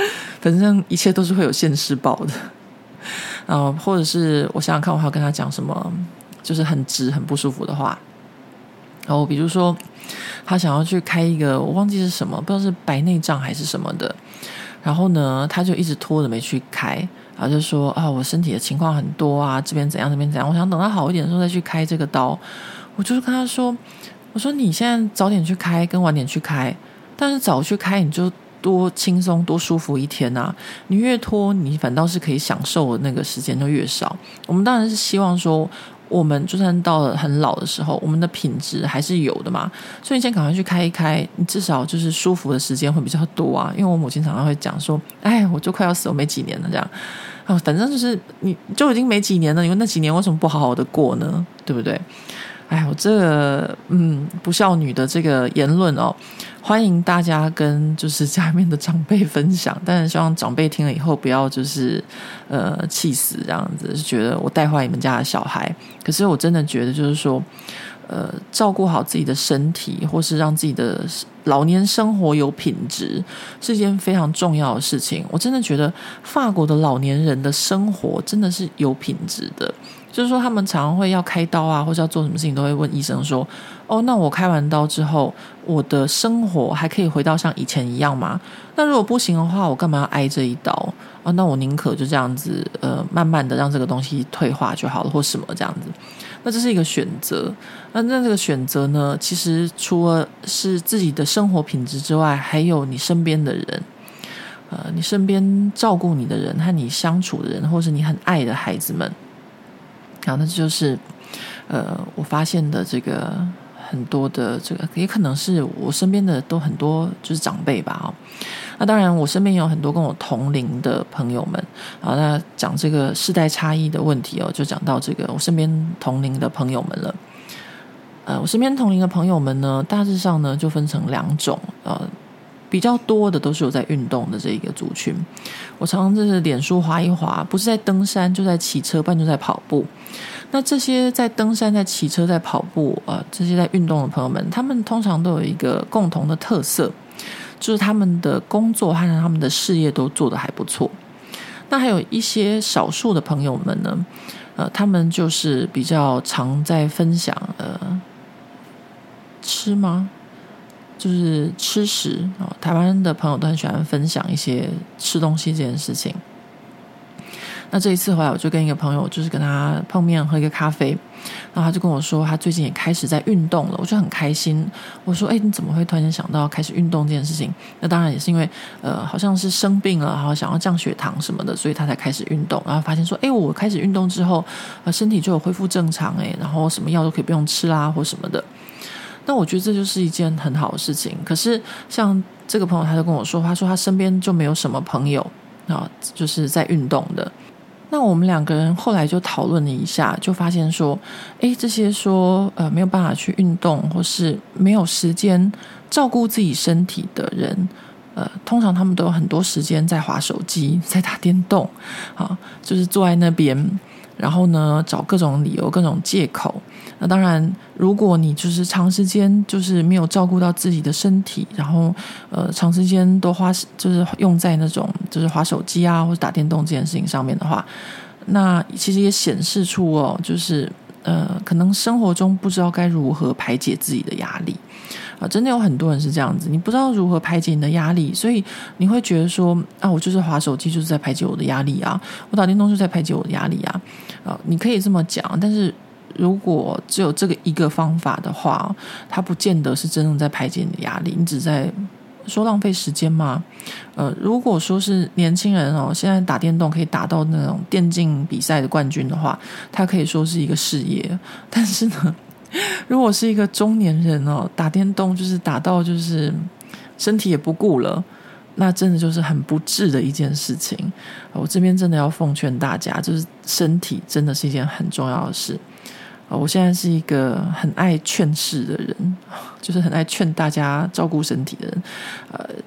反正一切都是会有现世报的。呃，或者是我想想看，我还要跟他讲什么，就是很直、很不舒服的话。然后比如说，他想要去开一个，我忘记是什么，不知道是白内障还是什么的。然后呢，他就一直拖着没去开，然后就说啊，我身体的情况很多啊，这边怎样，那边怎样，我想等他好一点的时候再去开这个刀。我就是跟他说，我说你现在早点去开，跟晚点去开，但是早去开你就多轻松多舒服一天啊！你越拖，你反倒是可以享受的那个时间就越少。我们当然是希望说，我们就算到了很老的时候，我们的品质还是有的嘛。所以你先赶快去开一开，你至少就是舒服的时间会比较多啊。因为我母亲常常会讲说，哎，我就快要死，我没几年了这样。哦，反正就是你就已经没几年了，你那几年为什么不好好的过呢？对不对？哎，我这个嗯不孝女的这个言论哦，欢迎大家跟就是家里面的长辈分享，但是希望长辈听了以后不要就是呃气死这样子，就觉得我带坏你们家的小孩。可是我真的觉得就是说，呃，照顾好自己的身体，或是让自己的老年生活有品质，是一件非常重要的事情。我真的觉得法国的老年人的生活真的是有品质的。就是说他们常常会要开刀啊，或者要做什么事情都会问医生说，哦，那我开完刀之后我的生活还可以回到像以前一样吗？那如果不行的话，我干嘛要挨这一刀啊？那我宁可就这样子呃，慢慢的让这个东西退化就好了，或什么这样子。那这是一个选择。那那这个选择呢，其实除了是自己的生活品质之外，还有你身边的人，呃，你身边照顾你的人和你相处的人，或是你很爱的孩子们。好，那就是呃，我发现的这个很多的这个，也可能是我身边的都很多就是长辈吧，哦，那当然我身边有很多跟我同龄的朋友们，好，那讲这个世代差异的问题哦，就讲到这个我身边同龄的朋友们了。呃，我身边同龄的朋友们呢，大致上呢就分成两种，呃。比较多的都是有在运动的这一个族群，我常常就是脸书滑一滑，不是在登山就在骑车，不然就在跑步。那这些在登山、在骑车、在跑步，呃，这些在运动的朋友们，他们通常都有一个共同的特色，就是他们的工作和他们的事业都做得还不错。那还有一些少数的朋友们呢，呃，他们就是比较常在分享，呃，吃吗？就是吃食，台湾的朋友都很喜欢分享一些吃东西这件事情。那这一次回来，我就跟一个朋友就是跟他碰面喝一个咖啡，然后他就跟我说他最近也开始在运动了，我就很开心。我说哎，你怎么会突然间想到开始运动这件事情？那当然也是因为呃好像是生病了，然后想要降血糖什么的，所以他才开始运动。然后发现说哎，我开始运动之后，呃身体就有恢复正常，哎，然后什么药都可以不用吃啦或什么的。那我觉得这就是一件很好的事情。可是像这个朋友他就跟我说，他说他身边就没有什么朋友啊，就是在运动的。那我们两个人后来就讨论了一下，就发现说，诶，这些说呃没有办法去运动，或是没有时间照顾自己身体的人，呃，通常他们都有很多时间在滑手机，在打电动，啊，就是坐在那边。然后呢，找各种理由、各种借口。那当然，如果你就是长时间就是没有照顾到自己的身体，然后呃长时间都花就是用在那种就是滑手机啊或者打电动这件事情上面的话，那其实也显示出哦，就是呃可能生活中不知道该如何排解自己的压力。啊，真的有很多人是这样子，你不知道如何排解你的压力，所以你会觉得说啊，我就是滑手机就是在排解我的压力啊，我打电动就是在排解我的压力啊，啊，你可以这么讲，但是如果只有这个一个方法的话，它不见得是真正在排解你的压力，你只在说浪费时间吗？呃，如果说是年轻人哦，现在打电动可以打到那种电竞比赛的冠军的话，它可以说是一个事业，但是呢。如果是一个中年人哦，打电动就是打到就是身体也不顾了，那真的就是很不智的一件事情。我这边真的要奉劝大家，就是身体真的是一件很重要的事。我现在是一个很爱劝世的人，就是很爱劝大家照顾身体的人。呃，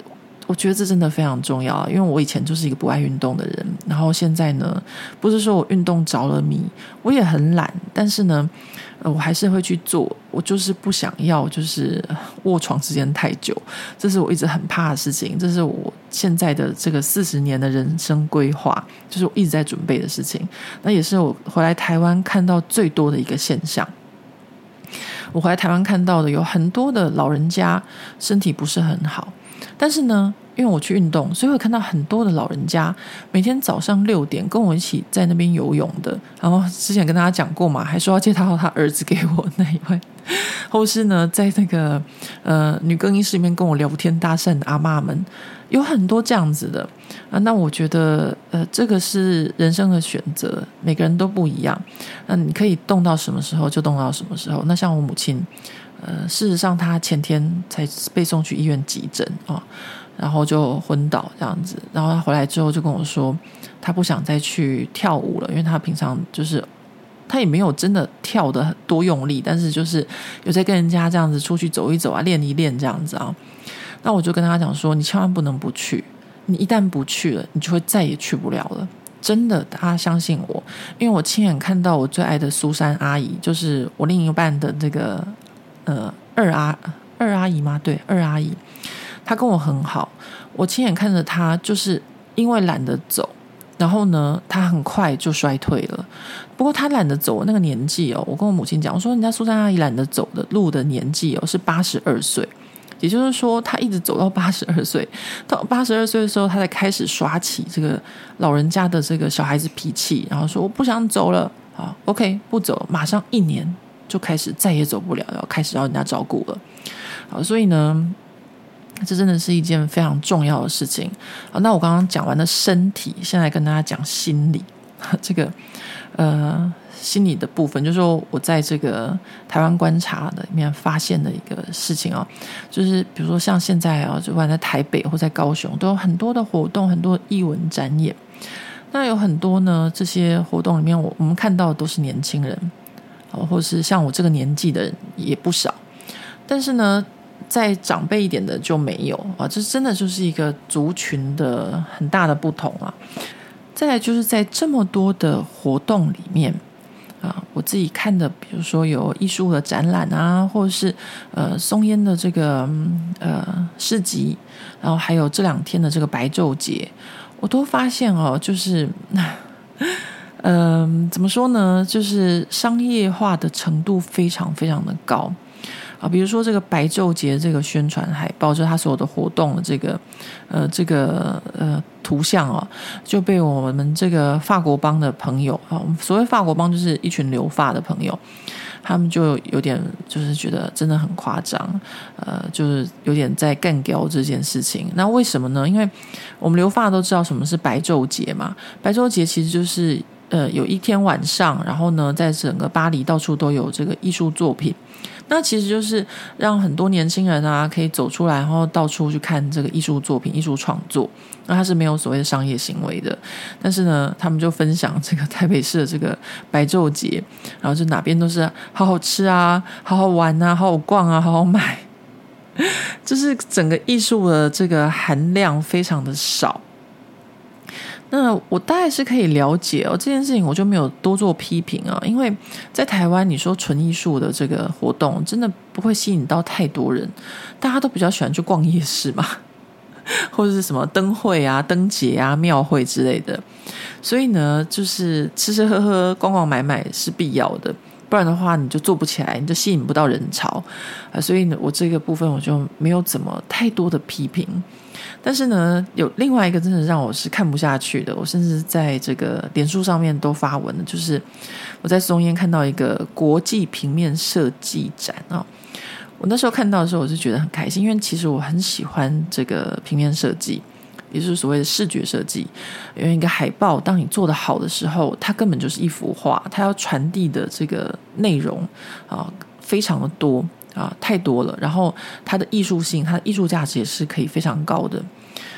我觉得这真的非常重要，因为我以前就是一个不爱运动的人，然后现在呢，不是说我运动着了迷，我也很懒，但是呢，呃，我还是会去做，我就是不想要就是卧床时间太久，这是我一直很怕的事情，这是我现在的这个四十年的人生规划，就是我一直在准备的事情，那也是我回来台湾看到最多的一个现象。我回来台湾看到的有很多的老人家身体不是很好，但是呢，因为我去运动，所以会看到很多的老人家每天早上六点跟我一起在那边游泳的，然后之前跟大家讲过嘛，还说要介绍他儿子给我那一位，或是呢在那个呃女更衣室里面跟我聊天搭讪的阿嬷们，有很多这样子的啊。那我觉得呃这个是人生的选择，每个人都不一样，那你可以动到什么时候就动到什么时候。那像我母亲呃事实上她前天才被送去医院急诊啊，然后就昏倒这样子，然后她回来之后就跟我说她不想再去跳舞了，因为她平常就是他也没有真的跳得多用力，但是就是有在跟人家这样子出去走一走啊，练一练这样子啊。那我就跟他讲说，你千万不能不去，你一旦不去了，你就会再也去不了了。真的，大家相信我，因为我亲眼看到我最爱的苏珊阿姨，就是我另一半的这个呃二阿二阿姨吗？对，二阿姨，她跟我很好，我亲眼看着她就是因为懒得走。然后呢，他很快就衰退了。不过他懒得走那个年纪哦，我跟我母亲讲，我说人家苏珊阿姨懒得走的路的年纪哦是八十二岁，也就是说他一直走到八十二岁，到八十二岁的时候，他才开始耍起这个老人家的这个小孩子脾气，然后说我不想走了啊 ，OK 不走，马上一年就开始再也走不了，要开始要人家照顾了。好，所以呢。这真的是一件非常重要的事情。好，那我刚刚讲完了身体，现在跟大家讲心理。这个呃心理的部分，就是说我在这个台湾观察的里面发现的一个事情啊，就是比如说像现在啊，就不管在台北或在高雄，都有很多的活动，很多艺文展演。那有很多呢，这些活动里面，我我们看到的都是年轻人，或是像我这个年纪的人也不少，但是呢。再长辈一点的就没有啊，这真的就是一个族群的很大的不同啊。再来就是在这么多的活动里面啊，我自己看的，比如说有艺术的展览啊，或者是呃松烟的这个呃市集，然后还有这两天的这个白昼节，我都发现哦，就是嗯、呃，怎么说呢，就是商业化的程度非常非常的高。啊，比如说这个白昼节这个宣传海报，就是他所有的活动的这个呃这个呃图像哦，就被我们这个法国帮的朋友啊，所谓法国帮就是一群留法的朋友，他们就有点就是觉得真的很夸张，呃，就是有点在干掉这件事情。那为什么呢？因为我们留法都知道什么是白昼节嘛，白昼节其实就是呃有一天晚上，然后呢，在整个巴黎到处都有这个艺术作品。那其实就是让很多年轻人啊可以走出来，然后到处去看这个艺术作品、艺术创作。那它是没有所谓的商业行为的，但是呢，他们就分享这个台北市的这个白昼节，然后就哪边都是好好吃啊、好好玩啊、好好逛啊、好好买，就是整个艺术的这个含量非常的少。那我大概是可以了解哦，这件事情我就没有多做批评啊，因为在台湾你说纯艺术的这个活动真的不会吸引到太多人，大家都比较喜欢去逛夜市嘛，或者是什么灯会啊、灯节啊、庙会之类的，所以呢，就是吃吃喝喝、逛逛买买是必要的，不然的话你就做不起来，你就吸引不到人潮啊。所以呢，我这个部分我就没有怎么太多的批评。但是呢，有另外一个真的让我是看不下去的，我甚至在这个脸书上面都发文的，就是我在松烟看到一个国际平面设计展啊。我那时候看到的时候，我是觉得很开心，因为其实我很喜欢这个平面设计，也就是所谓的视觉设计。因为一个海报，当你做得好的时候，它根本就是一幅画，它要传递的这个内容啊，非常的多。啊，太多了，然后它的艺术性，它的艺术价值也是可以非常高的，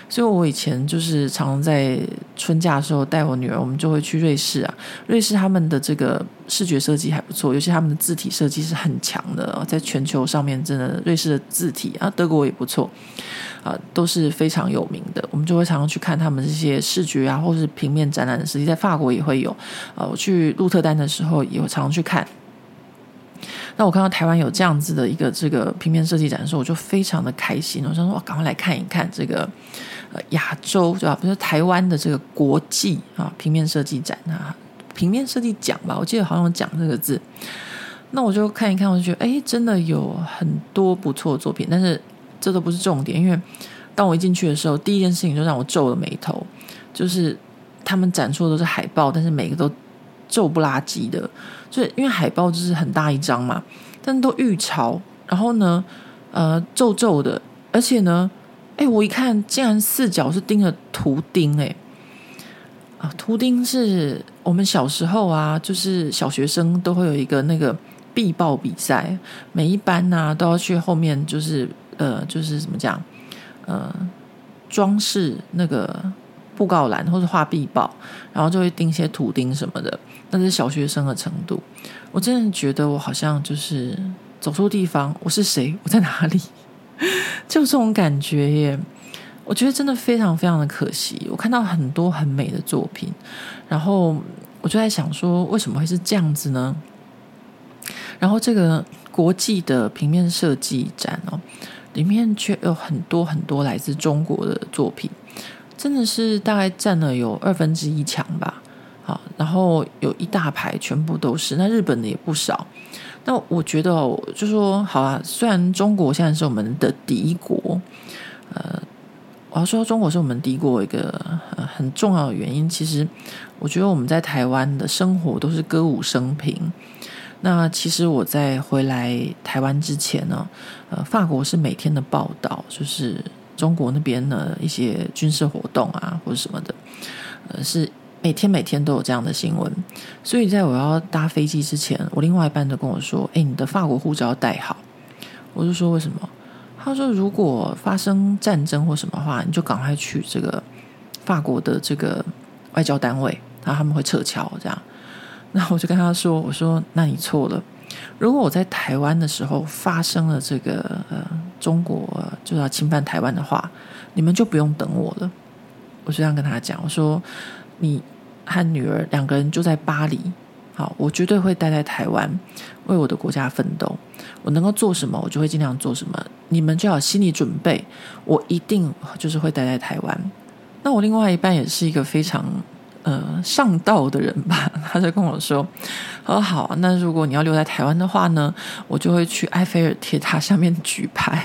所以我以前就是常常在春假的时候带我女儿，我们就会去瑞士啊。瑞士他们的这个视觉设计还不错，尤其他们的字体设计是很强的，在全球上面真的瑞士的字体啊，德国也不错啊，都是非常有名的。我们就会常常去看他们这些视觉啊，或是平面展览的设计，在法国也会有啊。我去鹿特丹的时候也会常常去看。那我看到台湾有这样子的一个这个平面设计展的时候，我就非常的开心。我想说，赶快来看一看这个呃亚洲对吧？不是台湾的这个国际啊平面设计展啊，平面设计奖吧，我记得好像有奖这个字。那我就看一看，我就觉得哎，真的有很多不错的作品，但是这都不是重点，因为当我一进去的时候，第一件事情就让我皱了眉头，就是他们展出的都是海报，但是每个都皱不拉几的，就是因为海报就是很大一张嘛，但是都预潮，然后呢，呃，皱皱的，而且呢，哎，我一看竟然四角是钉了图钉，哎，啊，图钉是我们小时候啊，就是小学生都会有一个那个壁报比赛，每一班啊都要去后面，就是呃，就是怎么讲，呃，装饰那个布告栏或者画壁报，然后就会钉一些图钉什么的。那是小学生的程度，我真的觉得我好像就是走错地方，我是谁？我在哪里？就这种感觉耶。我觉得真的非常非常的可惜。我看到很多很美的作品，然后我就在想说，为什么会是这样子呢？然后这个国际的平面设计展哦，里面却有很多很多来自中国的作品，真的是大概占了有二分之一强吧。好，然后有一大排全部都是，那日本的也不少。那我觉得哦，就说好啊，虽然中国现在是我们的敌国，呃，我要说中国是我们敌国一个、呃、很重要的原因，其实我觉得我们在台湾的生活都是歌舞升平。那其实我在回来台湾之前呢，呃，法国是每天的报道，就是中国那边的一些军事活动啊或者什么的，呃，是每天每天都有这样的新闻。所以在我要搭飞机之前，我另外一半都跟我说，诶，你的法国护照要带好。我就说为什么？他说如果发生战争或什么话，你就赶快去这个法国的这个外交单位，然后他们会撤侨这样。那我就跟他说，我说那你错了，如果我在台湾的时候发生了这个呃中国就要侵犯台湾的话，你们就不用等我了。我就这样跟他讲，我说你和女儿两个人就在巴黎，好，我绝对会待在台湾为我的国家奋斗，我能够做什么我就会尽量做什么，你们就要有心理准备，我一定就是会待在台湾。那我另外一半也是一个非常呃上道的人吧，他就跟我说，他说好，那如果你要留在台湾的话呢，我就会去埃菲尔铁塔下面举牌。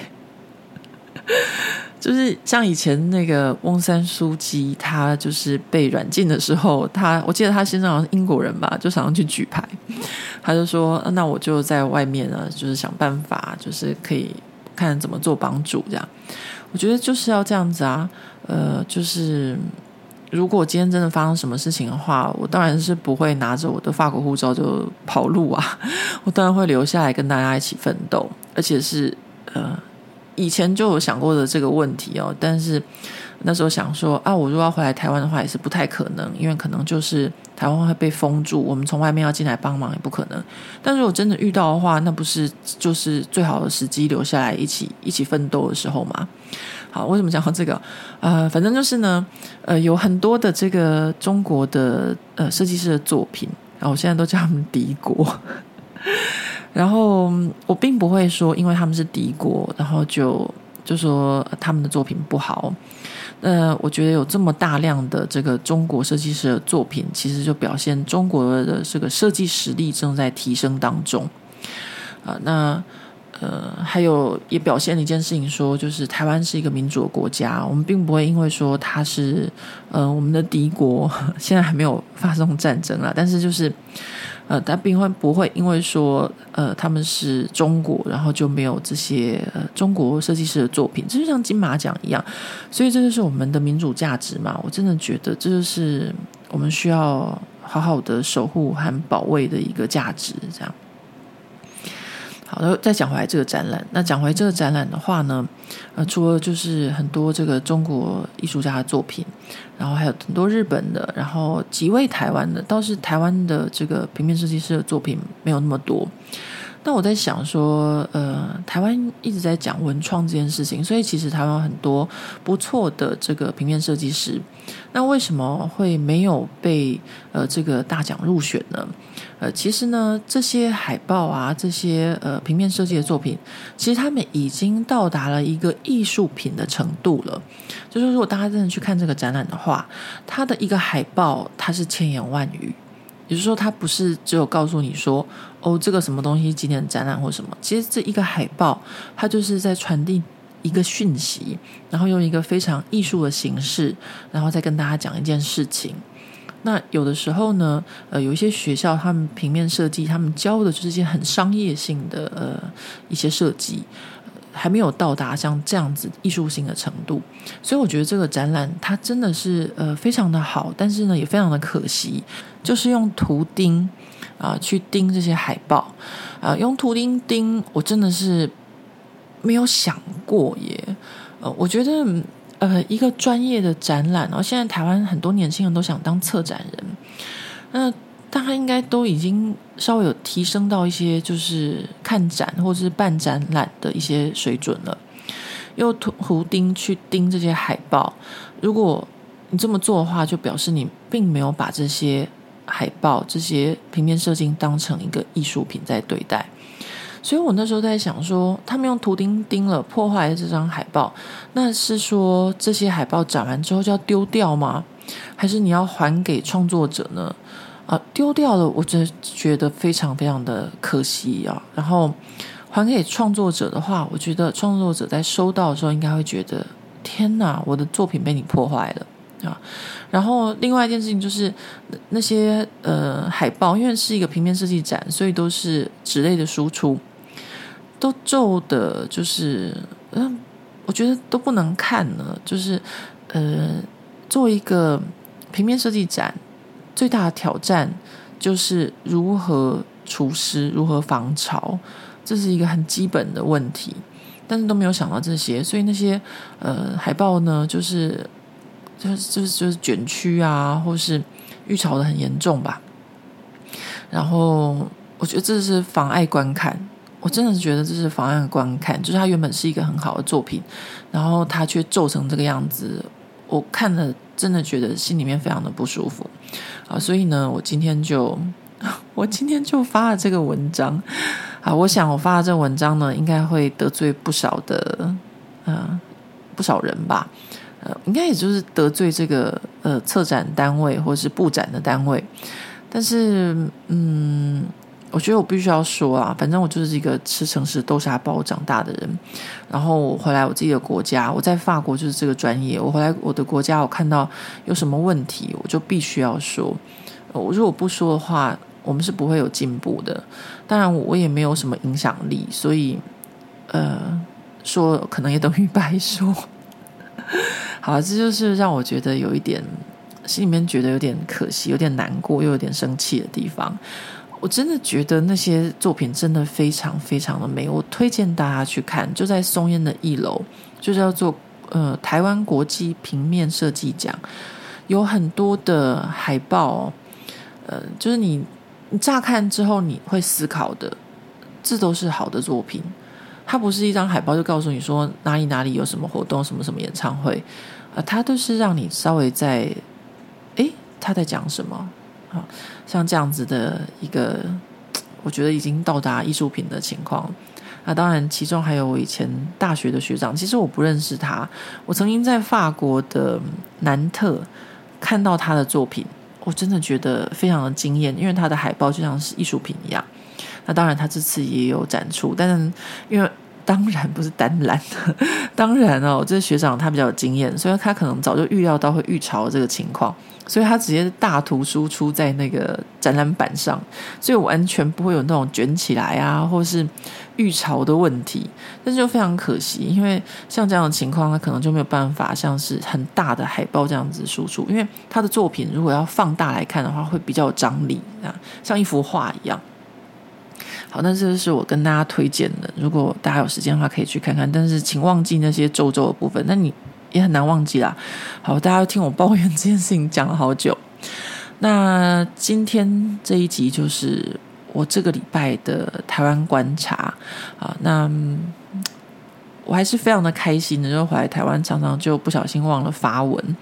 就是像以前那个翁山书记，他就是被软禁的时候，他我记得他先生好像是英国人吧，就常常去举牌。他就说，那我就在外面呢，就是想办法，就是可以看怎么做帮助这样。我觉得就是要这样子啊，呃，就是如果今天真的发生什么事情的话，我当然是不会拿着我的法国护照就跑路啊，我当然会留下来跟大家一起奋斗，而且是呃。以前就有想过的这个问题哦，但是那时候想说啊，我如果要回来台湾的话也是不太可能，因为可能就是台湾会被封住，我们从外面要进来帮忙也不可能。但如果真的遇到的话，那不是就是最好的时机留下来一起一起奋斗的时候吗？好，为什么讲到这个？呃，反正就是呢，呃，有很多的这个中国的呃设计师的作品，然后我现在都叫他们敌国。然后我并不会说因为他们是敌国，然后就就说他们的作品不好。那我觉得有这么大量的这个中国设计师的作品，其实就表现中国的这个设计实力正在提升当中啊。那呃，还有也表现了一件事情说，就是台湾是一个民主的国家，我们并不会因为说它是呃我们的敌国，现在还没有发生战争啦，但是就是呃，但并会不会因为说呃他们是中国，然后就没有这些呃中国设计师的作品，这就像金马奖一样，所以这就是我们的民主价值嘛。我真的觉得这就是我们需要好好的守护和保卫的一个价值，这样。 好的，再讲回来这个展览。那讲回这个展览的话呢，呃，除了就是很多这个中国艺术家的作品，然后还有很多日本的，然后几位台湾的，倒是台湾的这个平面设计师的作品没有那么多。那我在想说，呃，台湾一直在讲文创这件事情，所以其实台湾很多不错的这个平面设计师，那为什么会没有被呃这个大奖入选呢？呃，其实呢，这些海报啊，这些呃平面设计的作品，其实他们已经到达了一个艺术品的程度了。就是如果大家真的去看这个展览的话，它的一个海报它是千言万语。也就是说，它不是只有告诉你说，哦，这个什么东西今天展览或什么。其实这一个海报，它就是在传递一个讯息，然后用一个非常艺术的形式，然后再跟大家讲一件事情。那有的时候呢，呃，有一些学校他们平面设计，他们教的就是一些很商业性的呃一些设计。还没有到达像这样子艺术性的程度，所以我觉得这个展览它真的是呃非常的好，但是呢也非常的可惜，就是用图钉啊、呃、去钉这些海报啊、呃，用图钉钉，我真的是没有想过耶。呃，我觉得呃一个专业的展览，然后现在台湾很多年轻人都想当策展人，那大家应该都已经稍微有提升到一些就是看展或者是办展览的一些水准了。用图钉去钉这些海报，如果你这么做的话，就表示你并没有把这些海报、这些平面设计当成一个艺术品在对待。所以我那时候在想说，他们用图钉钉了，破坏了这张海报，那是说这些海报展完之后就要丢掉吗？还是你要还给创作者呢？啊，丢掉了，我真的觉得非常非常的可惜啊。然后还给创作者的话，我觉得创作者在收到的时候应该会觉得，天哪，我的作品被你破坏了啊。然后另外一件事情就是那些呃海报，因为是一个平面设计展，所以都是纸类的输出，都皱的，就是嗯，我觉得都不能看了。就是呃，做一个平面设计展。最大的挑战就是如何除湿，如何防潮，这是一个很基本的问题，但是都没有想到这些，所以那些呃海报呢，就是就是就是就是卷曲啊，或是预潮的很严重吧。然后我觉得这是妨碍观看，我真的是觉得这是妨碍观看，就是它原本是一个很好的作品，然后它却皱成这个样子，我看了真的觉得心里面非常的不舒服啊，所以呢，我今天就我今天就发了这个文章啊，我想我发的这个文章呢，应该会得罪不少的呃不少人吧，呃，应该也就是得罪这个呃策展单位或是布展的单位，但是嗯。我觉得我必须要说啊，反正我就是一个吃诚实豆沙包长大的人。然后我回来我自己的国家，我在法国就是这个专业。我回来我的国家，我看到有什么问题，我就必须要说。我如果不说的话，我们是不会有进步的。当然，我也没有什么影响力，所以呃，说可能也等于白说。好，这就是让我觉得有一点心里面觉得有点可惜、有点难过又有点生气的地方。我真的觉得那些作品真的非常非常的美，我推荐大家去看，就在松烟的一楼，就叫做呃台湾国际平面设计奖，有很多的海报哦，呃，就是你你乍看之后你会思考的，这都是好的作品。它不是一张海报就告诉你说哪里哪里有什么活动，什么什么演唱会，呃，它都是让你稍微在，诶，他在讲什么？像这样子的一个我觉得已经到达艺术品的情况。那当然其中还有我以前大学的学长，其实我不认识他，我曾经在法国的南特看到他的作品，我真的觉得非常的惊艳，因为他的海报就像是艺术品一样。那当然他这次也有展出，但是因为当然不是单蓝的，当然哦，这学长他比较有经验，所以他可能早就预料到会预潮这个情况，所以他直接大图输出在那个展览板上，所以完全不会有那种卷起来啊或是预潮的问题。但是就非常可惜，因为像这样的情况他可能就没有办法像是很大的海报这样子输出，因为他的作品如果要放大来看的话会比较有张力啊，像一幅画一样。 好，那这是我跟大家推荐的，如果大家有时间的话可以去看看，但是请忘记那些皱皱的部分，那你也很难忘记啦。好，大家听我抱怨这件事情讲了好久。那今天这一集就是我这个礼拜的台湾观察啊，那我还是非常的开心的，就回来台湾常常就不小心忘了发文。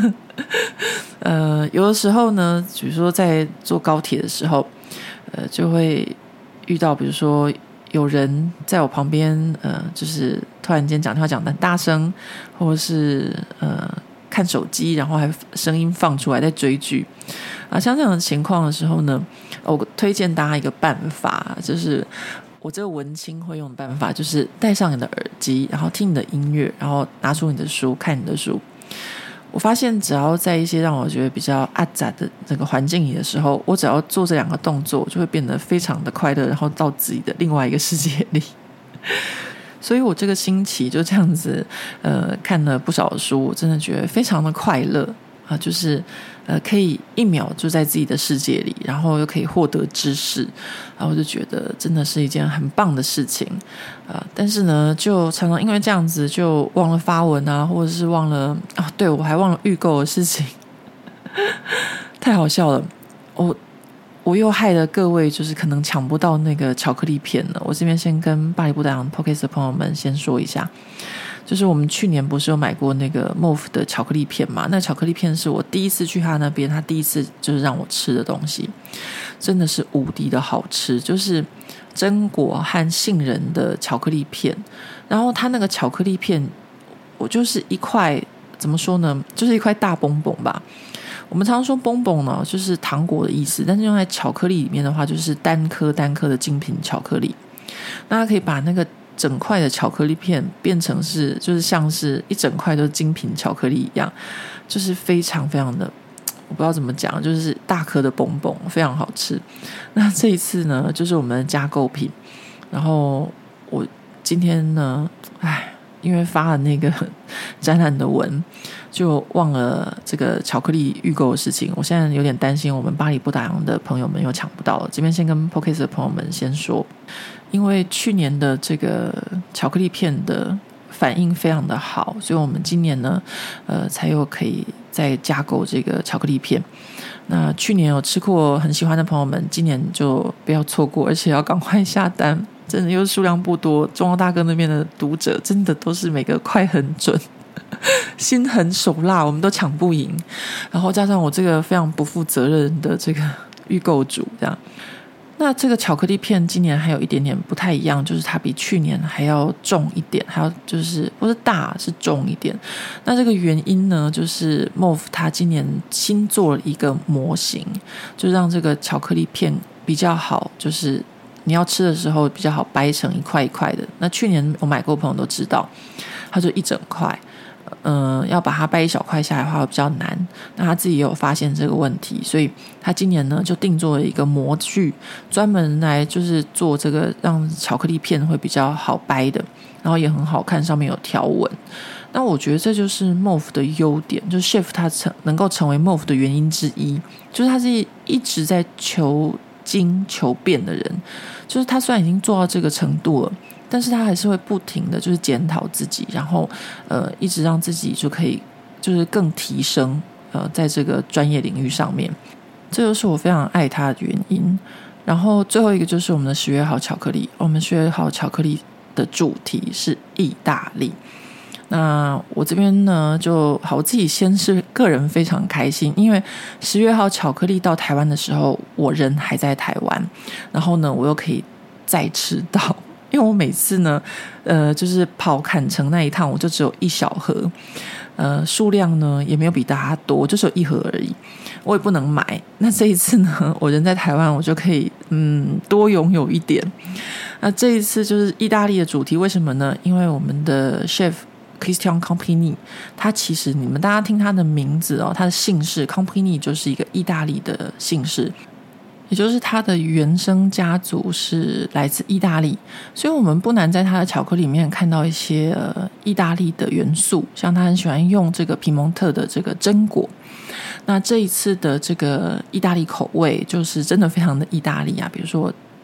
呃，有的时候呢，比如说在坐高铁的时候，呃，就会遇到，比如说有人在我旁边，呃，就是突然间讲话讲得很大声，或者是呃看手机，然后还声音放出来在追剧啊，像这样的情况的时候呢，我推荐大家一个办法，就是我这个文青会用的办法，就是戴上你的耳机，然后听你的音乐，然后拿出你的书，看你的书。我发现只要在一些让我觉得比较阿杂的这个环境里的时候，我只要做这两个动作，我就会变得非常的快乐，然后到自己的另外一个世界里。所以我这个星期就这样子呃看了不少书，我真的觉得非常的快乐啊，就是呃可以一秒就在自己的世界里，然后又可以获得知识，然后我就觉得真的是一件很棒的事情啊、呃。但是呢，就常常因为这样子就忘了发文啊，或者是忘了啊，对，我还忘了预购的事情，太好笑了。我我又害了各位，就是可能抢不到那个巧克力片了。我这边先跟巴黎不打烊 Podcast 的朋友们先说一下。就是我们去年不是有买过那个 M O F 的巧克力片嘛？那巧克力片是我第一次去他那边，他第一次就是让我吃的东西，真的是无敌的好吃。就是榛果和杏仁的巧克力片，然后它那个巧克力片，我就是一块怎么说呢？就是一块大蹦蹦吧。我们常说蹦蹦呢，就是糖果的意思，但是用在巧克力里面的话，就是单颗单颗的精品巧克力。那它可以把那个整块的巧克力片变成是就是像是一整块都是精品巧克力一样，就是非常非常的我不知道怎么讲，就是大颗的蹦蹦，非常好吃。那这一次呢，就是我们的加购品，然后我今天呢，唉，因为发了那个展览的文，就忘了这个巧克力预购的事情。我现在有点担心我们巴黎不打烊的朋友们又抢不到了。这边先跟 Podcast 的朋友们先说，因为去年的这个巧克力片的反应非常的好，所以我们今年呢，呃，才有可以再加购这个巧克力片。那去年有吃过很喜欢的朋友们，今年就不要错过，而且要赶快下单，真的又数量不多。中央大哥那边的读者真的都是每个快很准，心狠手辣，我们都抢不赢。然后加上我这个非常不负责任的这个预购主，这样。那这个巧克力片今年还有一点点不太一样，就是它比去年还要重一点，还要就是不是大是重一点。那这个原因呢，就是 M O F 它今年新做了一个模型，就让这个巧克力片比较好，就是你要吃的时候比较好掰成一块一块的。那去年我买过的朋友都知道，它就一整块。嗯、呃，要把它掰一小块下来的话会比较难，那他自己也有发现这个问题，所以他今年呢就定做了一个模具，专门来就是做这个让巧克力片会比较好掰的，然后也很好看，上面有条纹。那我觉得这就是 M O F 的优点，就是 Chef 他成能够成为 M O F 的原因之一，就是他是一直在求精求变的人，就是他虽然已经做到这个程度了，但是他还是会不停的就是检讨自己，然后呃一直让自己就可以就是更提升呃在这个专业领域上面，这就是我非常爱他的原因。然后最后一个就是我们的十月号巧克力，我们十月号巧克力的主题是意大利。那我这边呢就好，我自己先是个人非常开心，因为十月号巧克力到台湾的时候，我人还在台湾，然后呢我又可以再吃到。因为我每次呢，呃，就是跑坎城那一趟，我就只有一小盒，呃，数量呢也没有比大家多，就只有一盒而已，我也不能买。那这一次呢，我人在台湾，我就可以嗯多拥有一点。那这一次就是意大利的主题，为什么呢？因为我们的 chef Christian Campini， 他其实你们大家听他的名字哦，他的姓氏 Campini 就是一个意大利的姓氏。也就是他的原生家族是来自意大利，所以我们不难在他的巧克力里面看到一些呃意大利的元素，像他很喜欢用这个皮蒙特的这个榛果。那这一次的这个意大利口味就是真的非常的意大利啊，比如说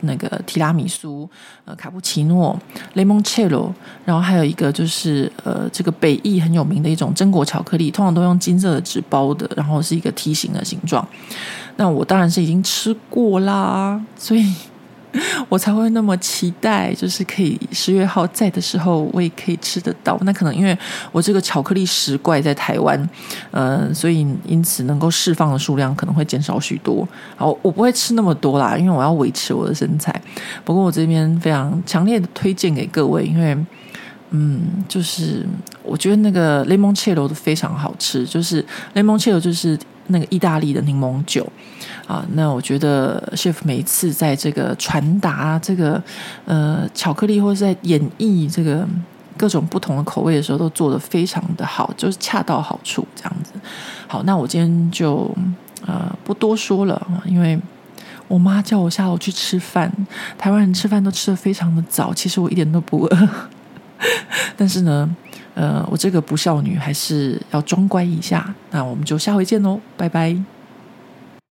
那个提拉米苏、呃卡布奇诺、limoncello，然后还有一个就是呃这个北意很有名的一种榛果巧克力，通常都用金色的纸包的，然后是一个梯形的形状。那我当然是已经吃过啦，所以我才会那么期待，就是可以十月号在的时候我也可以吃得到。那可能因为我这个巧克力食怪在台湾，呃，所以因此能够释放的数量可能会减少许多。好，我不会吃那么多啦，因为我要维持我的身材。不过我这边非常强烈的推荐给各位，因为嗯，就是我觉得那个 limoncello 都非常好吃，就是 limoncello 就是那个意大利的柠檬酒啊。那我觉得 chef 每一次在这个传达这个呃巧克力或者在演绎这个各种不同的口味的时候，都做得非常的好，就是恰到好处这样子。好，那我今天就呃不多说了，因为我妈叫我下楼去吃饭，台湾人吃饭都吃得非常的早，其实我一点都不饿。但是呢，呃，我这个不孝女还是要装乖一下。那我们就下回见喽，拜拜。